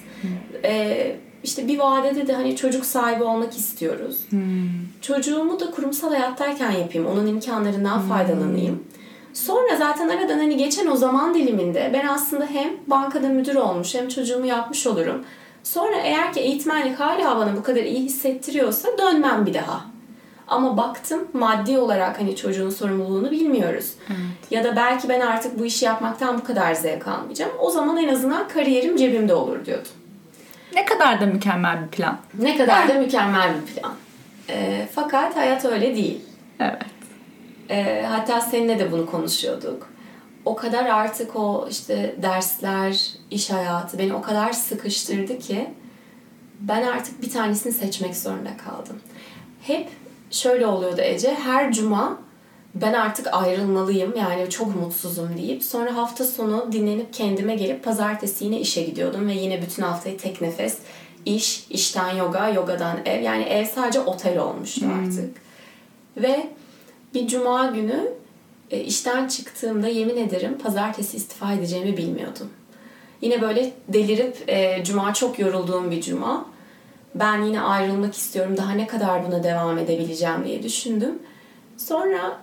İşte bir vadede de hani çocuk sahibi olmak istiyoruz. Çocuğumu da kurumsal hayattayken yapayım. Onun imkanlarından faydalanayım. Sonra zaten aradan hani geçen o zaman diliminde ben aslında hem bankada müdür olmuş hem çocuğumu yapmış olurum. Sonra eğer ki eğitmenlik hala bana bu kadar iyi hissettiriyorsa dönmem bir daha. Ama baktım maddi olarak hani çocuğun sorumluluğunu bilmiyoruz. Evet. Ya da belki ben artık bu işi yapmaktan bu kadar zevk almayacağım. O zaman en azından kariyerim cebimde olur diyordum. Ne kadar da mükemmel bir plan. Ne kadar da mükemmel bir plan. Fakat hayat öyle değil. Evet. Hatta seninle de bunu konuşuyorduk. O kadar artık o işte dersler, iş hayatı beni o kadar sıkıştırdı ki ben artık bir tanesini seçmek zorunda kaldım. Hep şöyle oluyordu Ece, her cuma ben artık ayrılmalıyım yani çok mutsuzum deyip sonra hafta sonu dinlenip kendime gelip pazartesi yine işe gidiyordum ve yine bütün haftayı tek nefes iş, işten yoga, yogadan ev, yani ev sadece otel olmuştu artık. Ve bir cuma günü işten çıktığımda yemin ederim pazartesi istifa edeceğimi bilmiyordum. Yine böyle delirip cuma çok yorulduğum bir cuma. Ben yine ayrılmak istiyorum. Daha ne kadar buna devam edebileceğim diye düşündüm. Sonra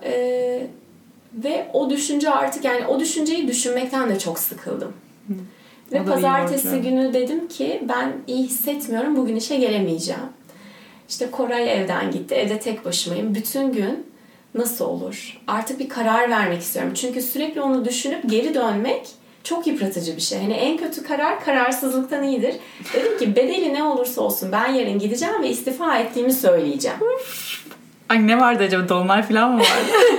ve o düşünce artık yani o düşünceyi düşünmekten de çok sıkıldım. Ve pazartesi günü dedim ki ben iyi hissetmiyorum. Bugün işe gelemeyeceğim. İşte Koray evden gitti. Evde tek başımayım. Bütün gün nasıl olur? Artık bir karar vermek istiyorum. Çünkü sürekli onu düşünüp geri dönmek çok yıpratıcı bir şey. Hani en kötü karar kararsızlıktan iyidir. Dedim ki bedeli ne olursa olsun ben yarın gideceğim ve istifa ettiğimi söyleyeceğim. Ay ne vardı acaba? Dolunay falan mı vardı?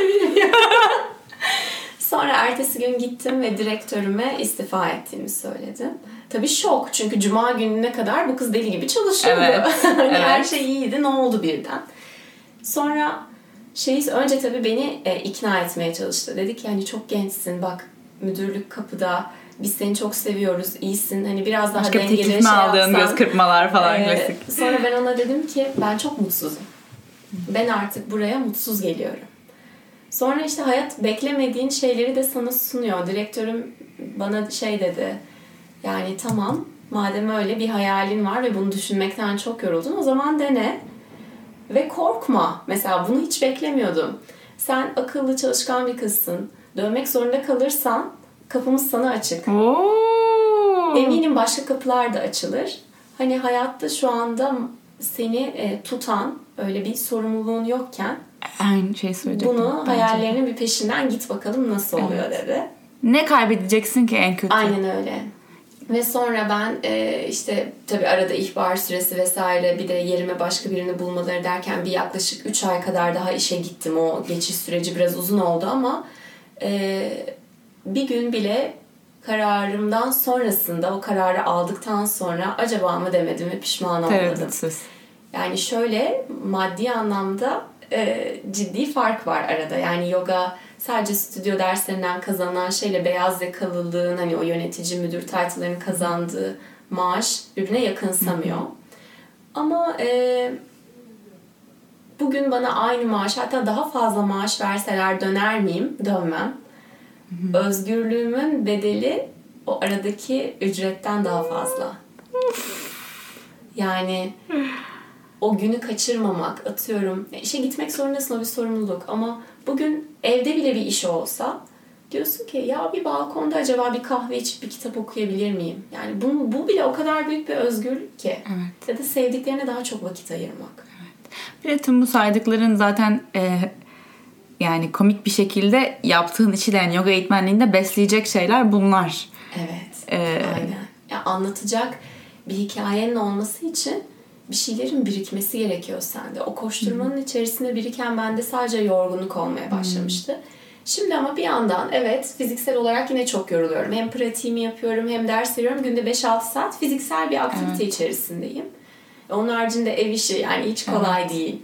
Sonra ertesi gün gittim ve direktörüme istifa ettiğimi söyledim. Tabii şok çünkü cuma gününe kadar bu kız deli gibi çalışıyordu. Evet, hani evet. Her şey iyiydi, ne oldu birden? Sonra önce tabii beni ikna etmeye çalıştı. Dedi ki hani çok gençsin bak müdürlük kapıda. Biz seni çok seviyoruz, iyisin. Hani biraz daha başka dengeli teklif mi aldığın göz kırpmalar falan klasik. Sonra ben ona dedim ki ben çok mutsuzum. Ben artık buraya mutsuz geliyorum. Sonra işte hayat beklemediğin şeyleri de sana sunuyor. Direktörüm bana dedi. Yani tamam Madem öyle bir hayalin var ve bunu düşünmekten çok yoruldun, o zaman dene. Ve korkma. Mesela bunu hiç beklemiyordum. Sen akıllı, çalışkan bir kızsın. Dönmek zorunda kalırsan kapımız sana açık. Eminim başka kapılar da açılır. Hani hayatta şu anda seni tutan öyle bir sorumluluğun yokken aynı şey söyleyecektim. Bunu hayallerinin bir peşinden git bakalım nasıl oluyor dedi. Ne kaybedeceksin ki en kötü? Aynen öyle. Ve sonra ben işte tabii arada ihbar süresi vesaire, bir de yerime başka birini bulmaları derken bir yaklaşık 3 ay kadar daha işe gittim. O geçiş süreci biraz uzun oldu ama bir gün bile kararımdan sonrasında, o kararı aldıktan sonra acaba mı demedim ve pişman olmadım. Tereddütsüz. Yani şöyle, maddi anlamda ciddi fark var arada. Yani yoga sadece stüdyo derslerinden kazanılan şeyle beyaz yakalılığın, hani o yönetici, müdür title'larının kazandığı maaş birbirine yakınsamıyor. Ama bugün bana aynı maaş, hatta daha fazla maaş verseler döner miyim? Dönmem. Özgürlüğümün bedeli o aradaki ücretten daha fazla. Yani o günü kaçırmamak, atıyorum. İşe gitmek zorundasın, o bir sorumluluk. Ama bugün evde bile bir iş olsa diyorsun ki ya bir balkonda acaba bir kahve içip bir kitap okuyabilir miyim? Yani bu bile o kadar büyük bir özgürlük ki. Evet. Ya da sevdiklerine daha çok vakit ayırmak. Evet. Bir de tüm bu saydıkların zaten yani komik bir şekilde yaptığın işi de, yani yoga eğitmenliğinde besleyecek şeyler bunlar. Evet. Aynen. Ya anlatacak bir hikayenin olması için bir şeylerin birikmesi gerekiyor sende. O koşturmanın içerisinde biriken bende sadece yorgunluk olmaya başlamıştı. Şimdi ama bir yandan evet fiziksel olarak yine çok yoruluyorum. Hem pratiğimi yapıyorum hem ders veriyorum. Günde 5-6 saat fiziksel bir aktivite içerisindeyim. Onun haricinde ev işi, yani hiç kolay değil.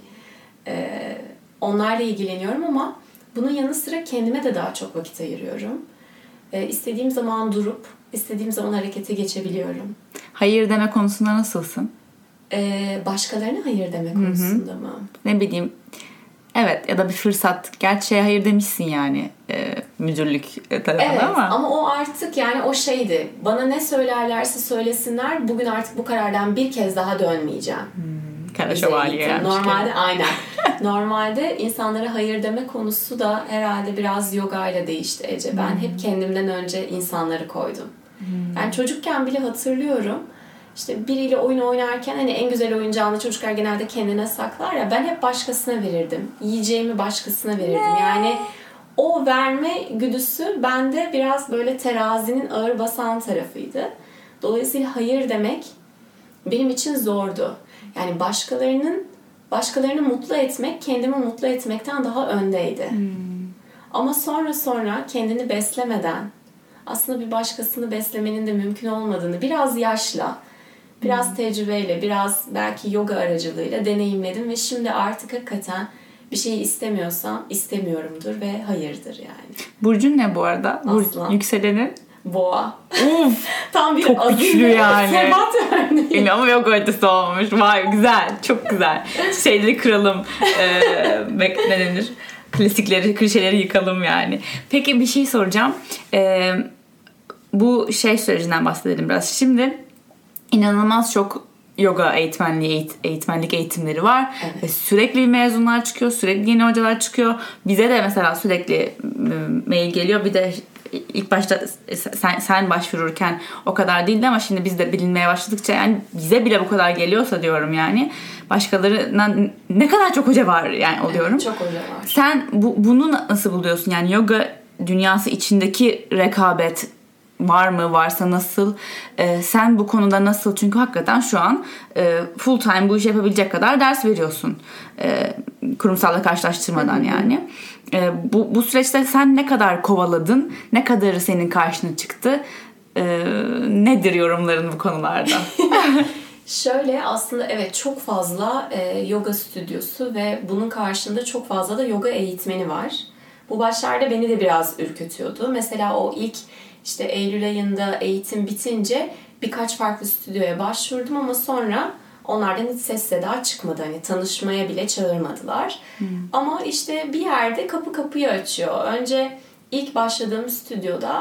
Onlarla ilgileniyorum ama bunun yanı sıra kendime de daha çok vakit ayırıyorum. İstediğim zaman durup istediğim zaman harekete geçebiliyorum. Hayır deme konusunda nasılsın? Başkalarına hayır deme konusunda mı? Ne bileyim, evet, ya da bir fırsat. Gerçi şeye hayır demişsin yani müdürlük tarafına, evet, ama o artık yani o şeydi. Bana ne söylerlerse söylesinler, bugün artık bu karardan bir kez daha dönmeyeceğim. Kara şövalye gelmiş. Normalde aynen. Normalde insanlara hayır deme konusu da herhalde biraz yoga ile değişti Ece. Ben hep kendimden önce insanları koydum. Yani çocukken bile hatırlıyorum. İşte biriyle oyun oynarken hani en güzel oyuncağını çocuklar genelde kendine saklar ya, ben hep başkasına verirdim. Yiyeceğimi başkasına verirdim. Yani o verme güdüsü bende biraz böyle terazinin ağır basan tarafıydı. Dolayısıyla hayır demek benim için zordu. Yani başkalarını mutlu etmek kendimi mutlu etmekten daha öndeydi. Ama sonra kendini beslemeden aslında bir başkasını beslemenin de mümkün olmadığını biraz yaşla, biraz tecrübeyle, biraz belki yoga aracılığıyla deneyimledim ve şimdi artık hakikaten bir şeyi istemiyorsam istemiyorumdur ve hayırdır yani. Burcun ne bu arada? Aslan. Yükselenin? Boğa. Uf, tam bir çok güçlü yani. Sebat örneği. Ama yok ötesi olmuş. Vay, güzel, çok güzel. Şeyleri kıralım. Ne denir? Klasikleri, klişeleri yıkalım yani. Peki bir şey soracağım. Bu sürecinden bahsedelim biraz. Şimdi inanılmaz çok yoga eğitmenlik eğitimleri var. Evet. Sürekli mezunlar çıkıyor. Sürekli yeni hocalar çıkıyor. Bize de mesela sürekli mail geliyor. Bir de ilk başta sen başvururken o kadar değildi ama şimdi biz de bilinmeye başladıkça yani bize bile bu kadar geliyorsa diyorum yani. Başkalarından ne kadar çok hoca var yani oluyorum. Evet, çok hoca var. Sen bunu nasıl buluyorsun? Yani yoga dünyası içindeki rekabet var mı? Varsa nasıl? Sen bu konuda nasıl? Çünkü hakikaten şu an full time bu işi yapabilecek kadar ders veriyorsun. Kurumsalla karşılaştırmadan yani. Bu süreçte sen ne kadar kovaladın? Ne kadarı senin karşına çıktı? Nedir yorumların bu konularda? Şöyle, aslında evet çok fazla yoga stüdyosu ve bunun karşında çok fazla da yoga eğitmeni var. Bu başlarda beni de biraz ürkütüyordu. Mesela o ilk işte Eylül ayında eğitim bitince birkaç farklı stüdyoya başvurdum ama sonra onlardan hiç ses seda çıkmadı. Hani tanışmaya bile çağırmadılar. Ama işte bir yerde kapıyı açıyor. Önce ilk başladığım stüdyoda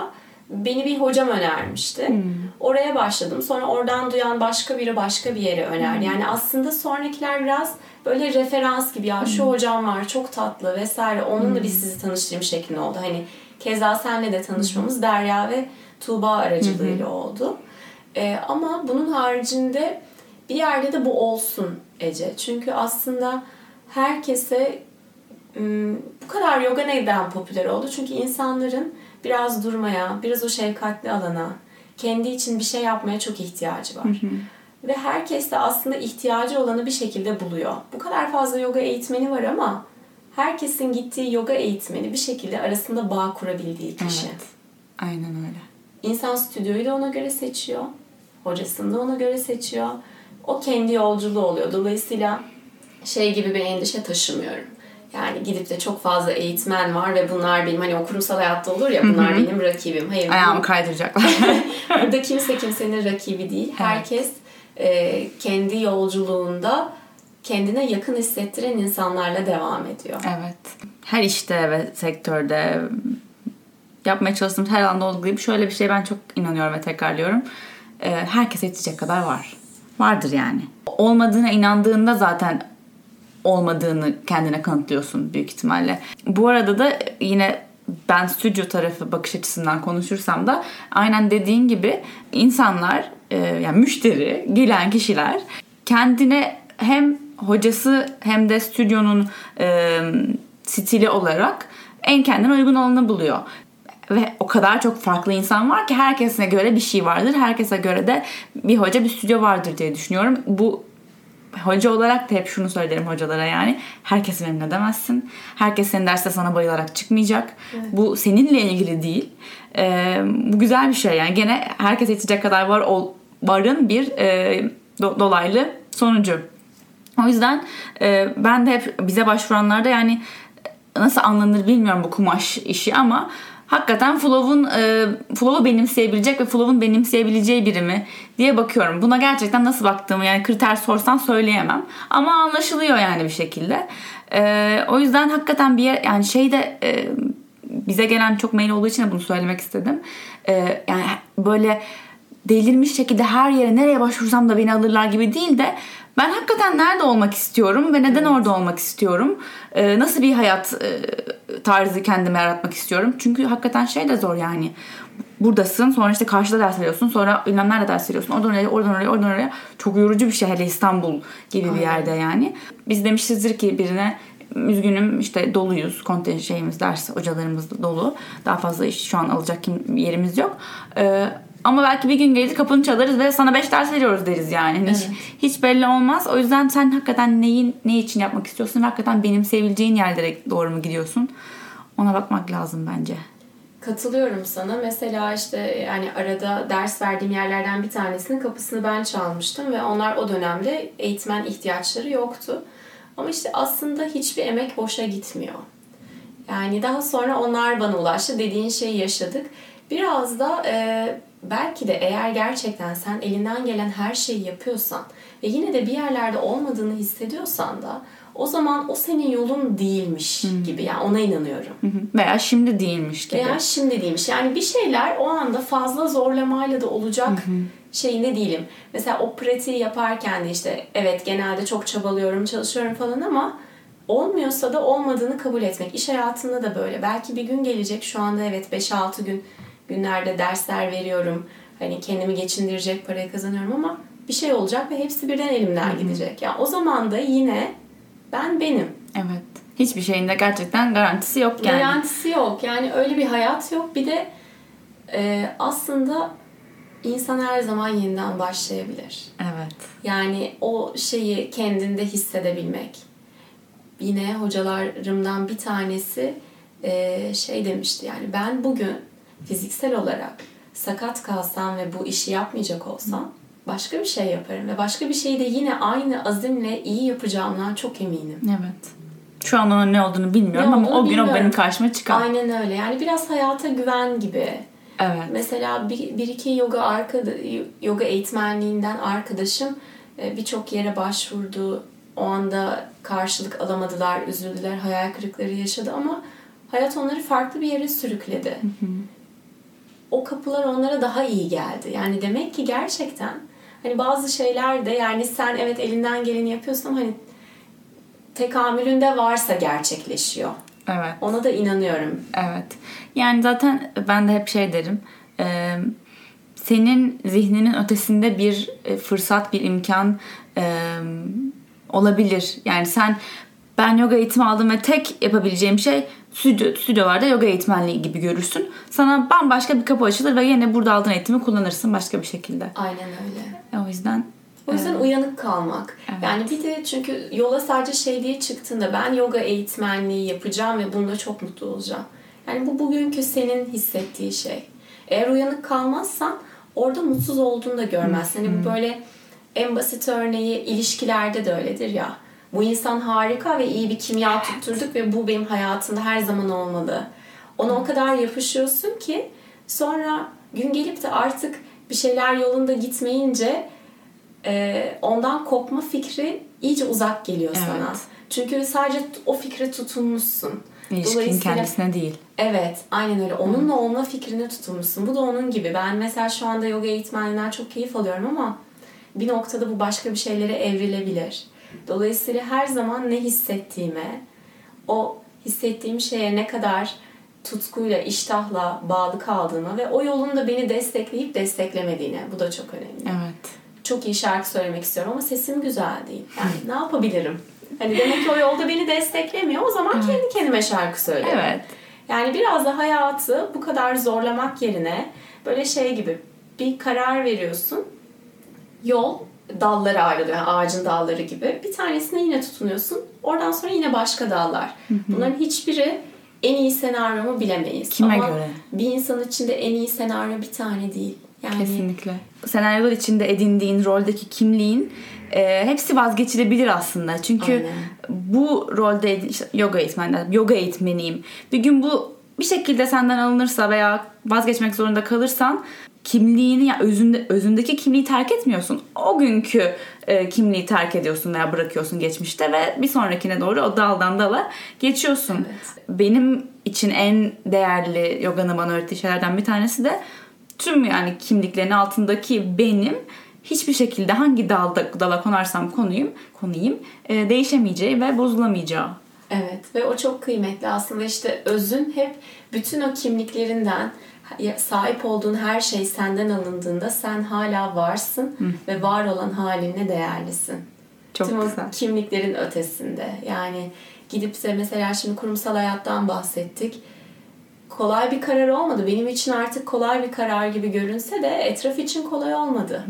beni bir hocam önermişti. Oraya başladım. Sonra oradan duyan başka biri başka bir yere önerdi. Yani aslında sonrakiler biraz böyle referans gibi, ya şu hocam var çok tatlı vesaire, onunla biz sizi tanıştırayım şeklinde oldu. Hani keza senle de tanışmamız Derya ve Tuğba aracılığıyla oldu. Ama bunun haricinde bir yerde de bu olsun Ece. Çünkü aslında herkese bu kadar yoga neden popüler oldu? Çünkü insanların biraz durmaya, biraz o şefkatli alana, kendi için bir şey yapmaya çok ihtiyacı var. Ve herkes de aslında ihtiyacı olanı bir şekilde buluyor. Bu kadar fazla yoga eğitmeni var ama herkesin gittiği yoga eğitmeni bir şekilde arasında bağ kurabildiği kişi. Evet. Aynen öyle. İnsan stüdyoyu da ona göre seçiyor. Hocasını da ona göre seçiyor. O kendi yolculuğu oluyor. Dolayısıyla şey gibi bir endişe taşımıyorum. Yani gidip de çok fazla eğitmen var ve bunlar benim, hani o kurumsal hayatta olur ya, bunlar benim rakibim. Hayır, ayağımı kaydıracaklar. Burada kimse kimsenin rakibi değil. Evet. Herkes kendi yolculuğunda kendine yakın hissettiren insanlarla devam ediyor. Evet. Her işte ve sektörde yapmaya çalıştığımız her alanda olduğu gibi şöyle bir şey ben çok inanıyorum ve tekrarlıyorum. Herkes yetecek kadar var. Vardır yani. Olmadığına inandığında zaten olmadığını kendine kanıtlıyorsun büyük ihtimalle. Bu arada da yine ben stüdyo tarafı bakış açısından konuşursam da aynen dediğin gibi insanlar, yani müşteri, gelen kişiler kendine hem hocası hem de stüdyonun stili olarak en kendine uygun olanı buluyor. Ve o kadar çok farklı insan var ki herkesine göre bir şey vardır. Herkese göre de bir hoca, bir stüdyo vardır diye düşünüyorum. Bu hoca olarak da hep şunu söylerim hocalara, yani herkesi memnun edemezsin. Herkes senin derste sana bayılarak çıkmayacak. Evet. Bu seninle ilgili değil. Bu güzel bir şey yani. Gene herkes yetecek kadar varın bir dolaylı sonucu. O yüzden ben de hep bize başvuranlarda, yani nasıl anlanır bilmiyorum bu kumaş işi ama hakikaten Flow'u benimseyebilecek ve Flow'un benimseyebileceği biri mi diye bakıyorum. Buna gerçekten nasıl baktığımı, yani kriter sorsan söyleyemem. Ama anlaşılıyor yani bir şekilde. O yüzden hakikaten bir yer, yani bize gelen çok mail olduğu için de bunu söylemek istedim. Yani böyle delirmiş şekilde her yere, nereye başvursam da beni alırlar gibi değil de ben hakikaten nerede olmak istiyorum ve neden orada olmak istiyorum? Nasıl bir hayat tarzı kendime yaratmak istiyorum? Çünkü hakikaten de zor yani. Buradasın, sonra işte karşıda ders veriyorsun, sonra bilmem nerede ders veriyorsun. Oradan oraya. Çok yorucu bir şey, hele İstanbul gibi bir yerde yani. Biz demişizdir ki birine, üzgünüm işte doluyuz, ders hocalarımız da dolu. Daha fazla iş şu an alacak yerimiz yok. Ama belki bir gün gelir kapını çalarız ve sana 5 ders veriyoruz deriz yani. Evet. Hiç belli olmaz. O yüzden sen hakikaten ne için yapmak istiyorsun ve hakikaten benimseyebileceğin yerlere doğru mu gidiyorsun? Ona bakmak lazım bence. Katılıyorum sana. Mesela işte yani arada ders verdiğim yerlerden bir tanesinin kapısını ben çalmıştım ve onlar o dönemde eğitmen ihtiyaçları yoktu. Ama işte aslında hiçbir emek boşa gitmiyor. Yani daha sonra onlar bana ulaştı. Dediğin şeyi yaşadık. Biraz da belki de eğer gerçekten sen elinden gelen her şeyi yapıyorsan ve yine de bir yerlerde olmadığını hissediyorsan da o zaman o senin yolun değilmiş gibi. Yani ona inanıyorum. Veya şimdi değilmiş gibi. Yani bir şeyler o anda fazla zorlamayla da olacak şeyinde değilim. Mesela o pratiği yaparken de işte evet genelde çok çabalıyorum, çalışıyorum falan ama olmuyorsa da olmadığını kabul etmek. İş hayatında da böyle. Belki bir gün gelecek, şu anda evet 5-6 günlerde dersler veriyorum. Hani kendimi geçindirecek parayı kazanıyorum ama bir şey olacak ve hepsi birden elimden gidecek. Yani o zaman da yine benim. Evet. Hiçbir şeyin de gerçekten garantisi yok yani. Garantisi yok. Yani öyle bir hayat yok. Bir de aslında insan her zaman yeniden başlayabilir. Evet. Yani o şeyi kendinde hissedebilmek. Yine hocalarımdan bir tanesi demişti, yani ben bugün fiziksel olarak sakat kalsam ve bu işi yapmayacak olsam başka bir şey yaparım ve başka bir şeyi de yine aynı azimle iyi yapacağımdan çok eminim. Evet. Şu an onun ne olduğunu bilmiyorum ama o gün o benim karşıma çıkar. Aynen öyle. Yani biraz hayata güven gibi. Evet. Mesela bir iki yoga eğitmenliğinden arkadaşım birçok yere başvurdu. O anda karşılık alamadılar, üzüldüler, hayal kırıkları yaşadı ama hayat onları farklı bir yere sürükledi. o kapılar onlara daha iyi geldi. Yani demek ki gerçekten hani bazı şeyler de yani sen evet elinden geleni yapıyorsun ama hani tekamülünde varsa gerçekleşiyor. Evet. Ona da inanıyorum. Evet. Yani zaten ben de hep şey derim. Senin zihninin ötesinde bir fırsat, bir imkan olabilir. Yani ben yoga eğitimi aldım ve tek yapabileceğim şey stüdyolarda yoga eğitmenliği gibi görürsün. Sana bambaşka bir kapı açılır ve yine burada aldığın eğitimi kullanırsın başka bir şekilde. Aynen öyle. O yüzden uyanık kalmak. Evet. Yani bir de çünkü yola sadece şey diye çıktığında ben yoga eğitmenliği yapacağım ve bunda çok mutlu olacağım. Yani bu bugünkü senin hissettiği şey. Eğer uyanık kalmazsan orada mutsuz olduğunu da görmezsin. Hani bu böyle en basit örneği ilişkilerde de öyledir ya. Bu insan harika ve iyi bir kimya tutturduk ve bu benim hayatımda her zaman olmalı. Ona o kadar yapışıyorsun ki sonra gün gelip de artık bir şeyler yolunda gitmeyince ondan kopma fikri iyice uzak geliyor sana. Evet. Çünkü sadece o fikre tutunmuşsun. İlişkinin kendisine değil. Evet, aynen öyle. Onunla olma fikrine tutulmuşsun. Bu da onun gibi. Ben mesela şu anda yoga eğitmeninden çok keyif alıyorum ama bir noktada bu başka bir şeylere evrilebilir. Dolayısıyla her zaman ne hissettiğime, o hissettiğim şeye ne kadar tutkuyla, iştahla bağlı kaldığıma ve o yolun da beni destekleyip desteklemediğine. Bu da çok önemli. Evet. Çok iyi şarkı söylemek istiyorum ama sesim güzel değil. Yani ne yapabilirim? Hani demek ki o yolda beni desteklemiyor. O zaman kendi kendime şarkı söylüyorum. Evet. Yani biraz da hayatı bu kadar zorlamak yerine böyle şey gibi bir karar veriyorsun. Yol dallara ayrılıyor. Yani ağacın dalları gibi. Bir tanesine yine tutunuyorsun. Oradan sonra yine başka dallar. Bunların hiçbiri en iyi senaryomu bilemeyiz. Kime ama göre? Bir insan için de en iyi senaryo bir tane değil. Yani kesinlikle. Senaryolar içinde edindiğin roldeki kimliğin hepsi vazgeçilebilir aslında. Çünkü aynen. Bu rolde işte yoga eğitmeniyim. Bir gün bu bir şekilde senden alınırsa veya vazgeçmek zorunda kalırsan kimliğini ya özündeki kimliği terk etmiyorsun. O günkü kimliği terk ediyorsun veya bırakıyorsun geçmişte ve bir sonrakine doğru o daldan dala geçiyorsun. Evet. Benim için en değerli yoganın bana öğrettiği şeylerden bir tanesi de tüm yani kimliklerin altındaki benim hiçbir şekilde hangi dala konarsam konayım değişemeyeceği ve bozulamayacağı. Evet ve o çok kıymetli aslında işte özün hep bütün o kimliklerinden sahip olduğun her şey senden alındığında sen hala varsın ve var olan halinle değerlisin. Çok tüm güzel. O kimliklerin ötesinde yani gidip de mesela şimdi kurumsal hayattan bahsettik. Kolay bir karar olmadı. Benim için artık kolay bir karar gibi görünse de etraf için kolay olmadı.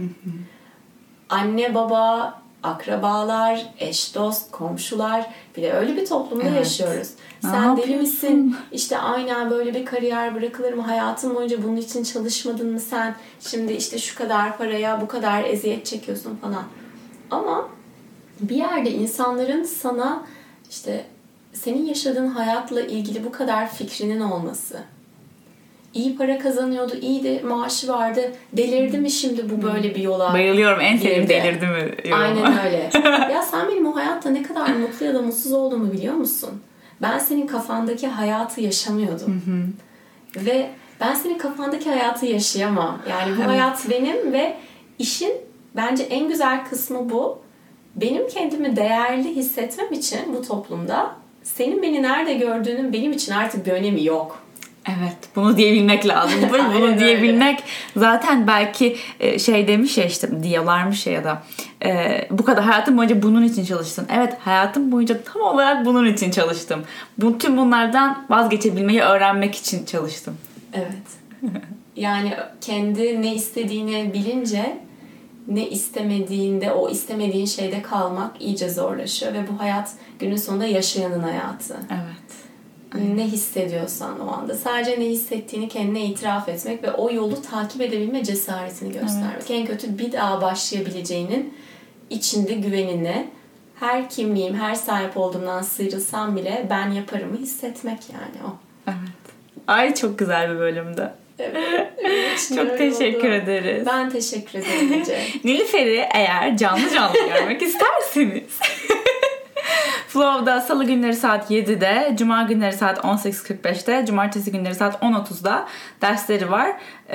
Anne, baba, akrabalar, eş, dost, komşular bir de öyle bir toplumda yaşıyoruz. Sen deli misin? İşte aynen böyle bir kariyer bırakılır mı? Hayatın boyunca bunun için çalışmadın mı sen? Şimdi işte şu kadar paraya bu kadar eziyet çekiyorsun falan. Ama bir yerde insanların sana işte senin yaşadığın hayatla ilgili bu kadar fikrinin olması. İyi para kazanıyordu, iyi de maaşı vardı. Delirdi mi şimdi bu böyle bir yola? Bayılıyorum. En sevdiğim delirdi mi yorumu. Aynen öyle. Ya sen benim o hayatta ne kadar mutlu ya da mutsuz olduğumu biliyor musun? Ben senin kafandaki hayatı yaşamıyordum. Ve ben senin kafandaki hayatı yaşayamam. Yani bu hayat benim ve işin bence en güzel kısmı bu. Benim kendimi değerli hissetmem için bu toplumda senin beni nerede gördüğünün benim için artık bir önemi yok. Evet, bunu diyebilmek lazım. Bunu diyebilmek zaten belki şey demiş ya işte diyorlarmış ya da bu kadar hayatım boyunca bunun için çalıştın. Evet, hayatım boyunca tam olarak bunun için çalıştım. Tüm bunlardan vazgeçebilmeyi öğrenmek için çalıştım. Evet. Yani kendi ne istediğini bilince ne istemediğinde o istemediğin şeyde kalmak iyice zorlaşıyor ve bu hayat günün sonunda yaşayanın hayatı. Evet. Ne hissediyorsan o anda. Sadece ne hissettiğini kendine itiraf etmek ve o yolu takip edebilme cesaretini göstermek. Evet. En kötü bir daha başlayabileceğinin içinde güvenini, her kimliğim, her sahip olduğumdan sıyrılsam bile ben yaparımı hissetmek yani o. Evet. Ay çok güzel bir bölümdü. Evet. Çok teşekkür ederiz. Ben teşekkür ederim Ece. Nilüfer'i eğer canlı görmek isterseniz Flow'da salı günleri saat 7'de, cuma günleri saat 18.45'te, cumartesi günleri saat 10.30'da dersleri var.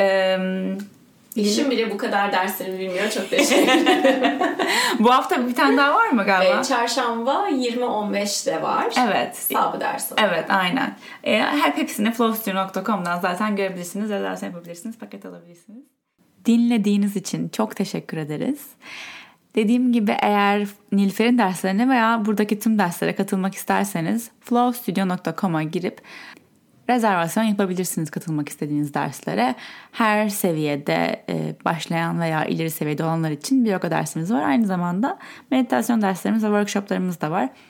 Eşim bile bu kadar dersleri bilmiyor. Çok teşekkür ederim. Bu hafta bir tane daha var mı galiba? Çarşamba 20.15'te var. Evet. Sabı dersi. Evet, aynen. Hepsini flowstudio.com'dan zaten görebilirsiniz. Rezervasyon yapabilirsiniz. Paket alabilirsiniz. Dinlediğiniz için çok teşekkür ederiz. Dediğim gibi eğer Nilüfer'in derslerine veya buradaki tüm derslere katılmak isterseniz flowstudio.com'a girip rezervasyon yapabilirsiniz katılmak istediğiniz derslere. Her seviyede başlayan veya ileri seviyede olanlar için bir yoga dersimiz var. Aynı zamanda meditasyon derslerimiz ve workshoplarımız da var.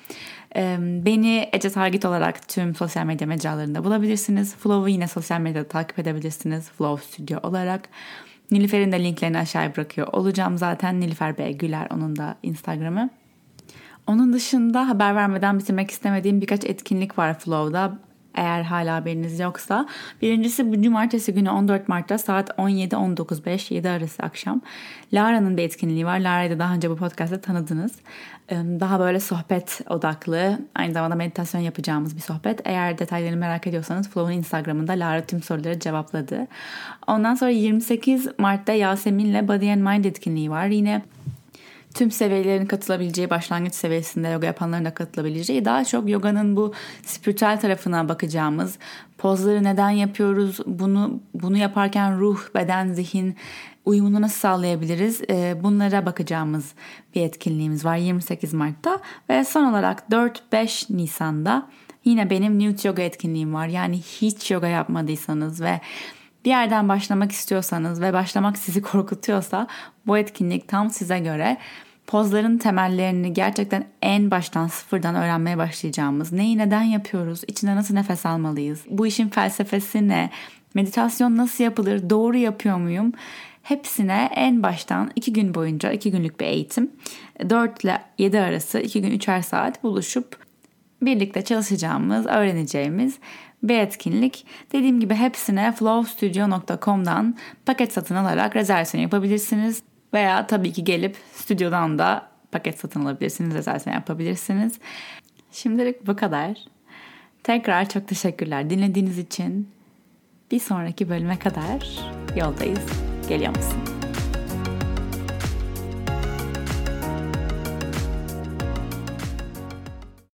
Beni Ece Targit olarak tüm sosyal medya mecralarında bulabilirsiniz. Flow'u yine sosyal medyada takip edebilirsiniz. Flow Studio olarak. Nilüfer'in de linklerini aşağıya bırakıyor olacağım zaten. Nilüfer B. Güler onun da Instagram'ı. Onun dışında haber vermeden bitirmek istemediğim birkaç etkinlik var Flow'da. Eğer hala haberiniz yoksa. Birincisi bu cumartesi günü 14 Mart'ta saat 17-19.05-7 arası akşam. Lara'nın bir etkinliği var. Lara'yı da daha önce bu podcast'ta tanıdınız. Daha böyle sohbet odaklı, aynı zamanda meditasyon yapacağımız bir sohbet. Eğer detaylarını merak ediyorsanız Flow'un Instagram'ında Lara tüm soruları cevapladı. Ondan sonra 28 Mart'ta Yasemin'le Body and Mind etkinliği var. Yine tüm seviyelerin katılabileceği, başlangıç seviyesinde yoga yapanların da katılabileceği, daha çok yoganın bu spiritüel tarafına bakacağımız, pozları neden yapıyoruz, bunu yaparken ruh, beden, zihin uyumunu nasıl sağlayabiliriz, bunlara bakacağımız bir etkinliğimiz var 28 Mart'ta. Ve son olarak 4-5 Nisan'da yine benim Nude Yoga etkinliğim var. Yani hiç yoga yapmadıysanız ve bir yerden başlamak istiyorsanız ve başlamak sizi korkutuyorsa bu etkinlik tam size göre. Pozların temellerini gerçekten en baştan sıfırdan öğrenmeye başlayacağımız, neyi neden yapıyoruz, içinde nasıl nefes almalıyız, bu işin felsefesi ne, meditasyon nasıl yapılır, doğru yapıyor muyum, hepsine en baştan 2 gün boyunca 2 günlük bir eğitim, 4 ile 7 arası 2 gün 3'er saat buluşup birlikte çalışacağımız, öğreneceğimiz bir etkinlik. Dediğim gibi hepsine flowstudio.com'dan paket satın alarak rezervasyon yapabilirsiniz. Veya tabii ki gelip stüdyodan da paket satın alabilirsiniz, rezervasyon yapabilirsiniz. Şimdilik bu kadar. Tekrar çok teşekkürler dinlediğiniz için. Bir sonraki bölüme kadar yoldayız. Geliyor musun?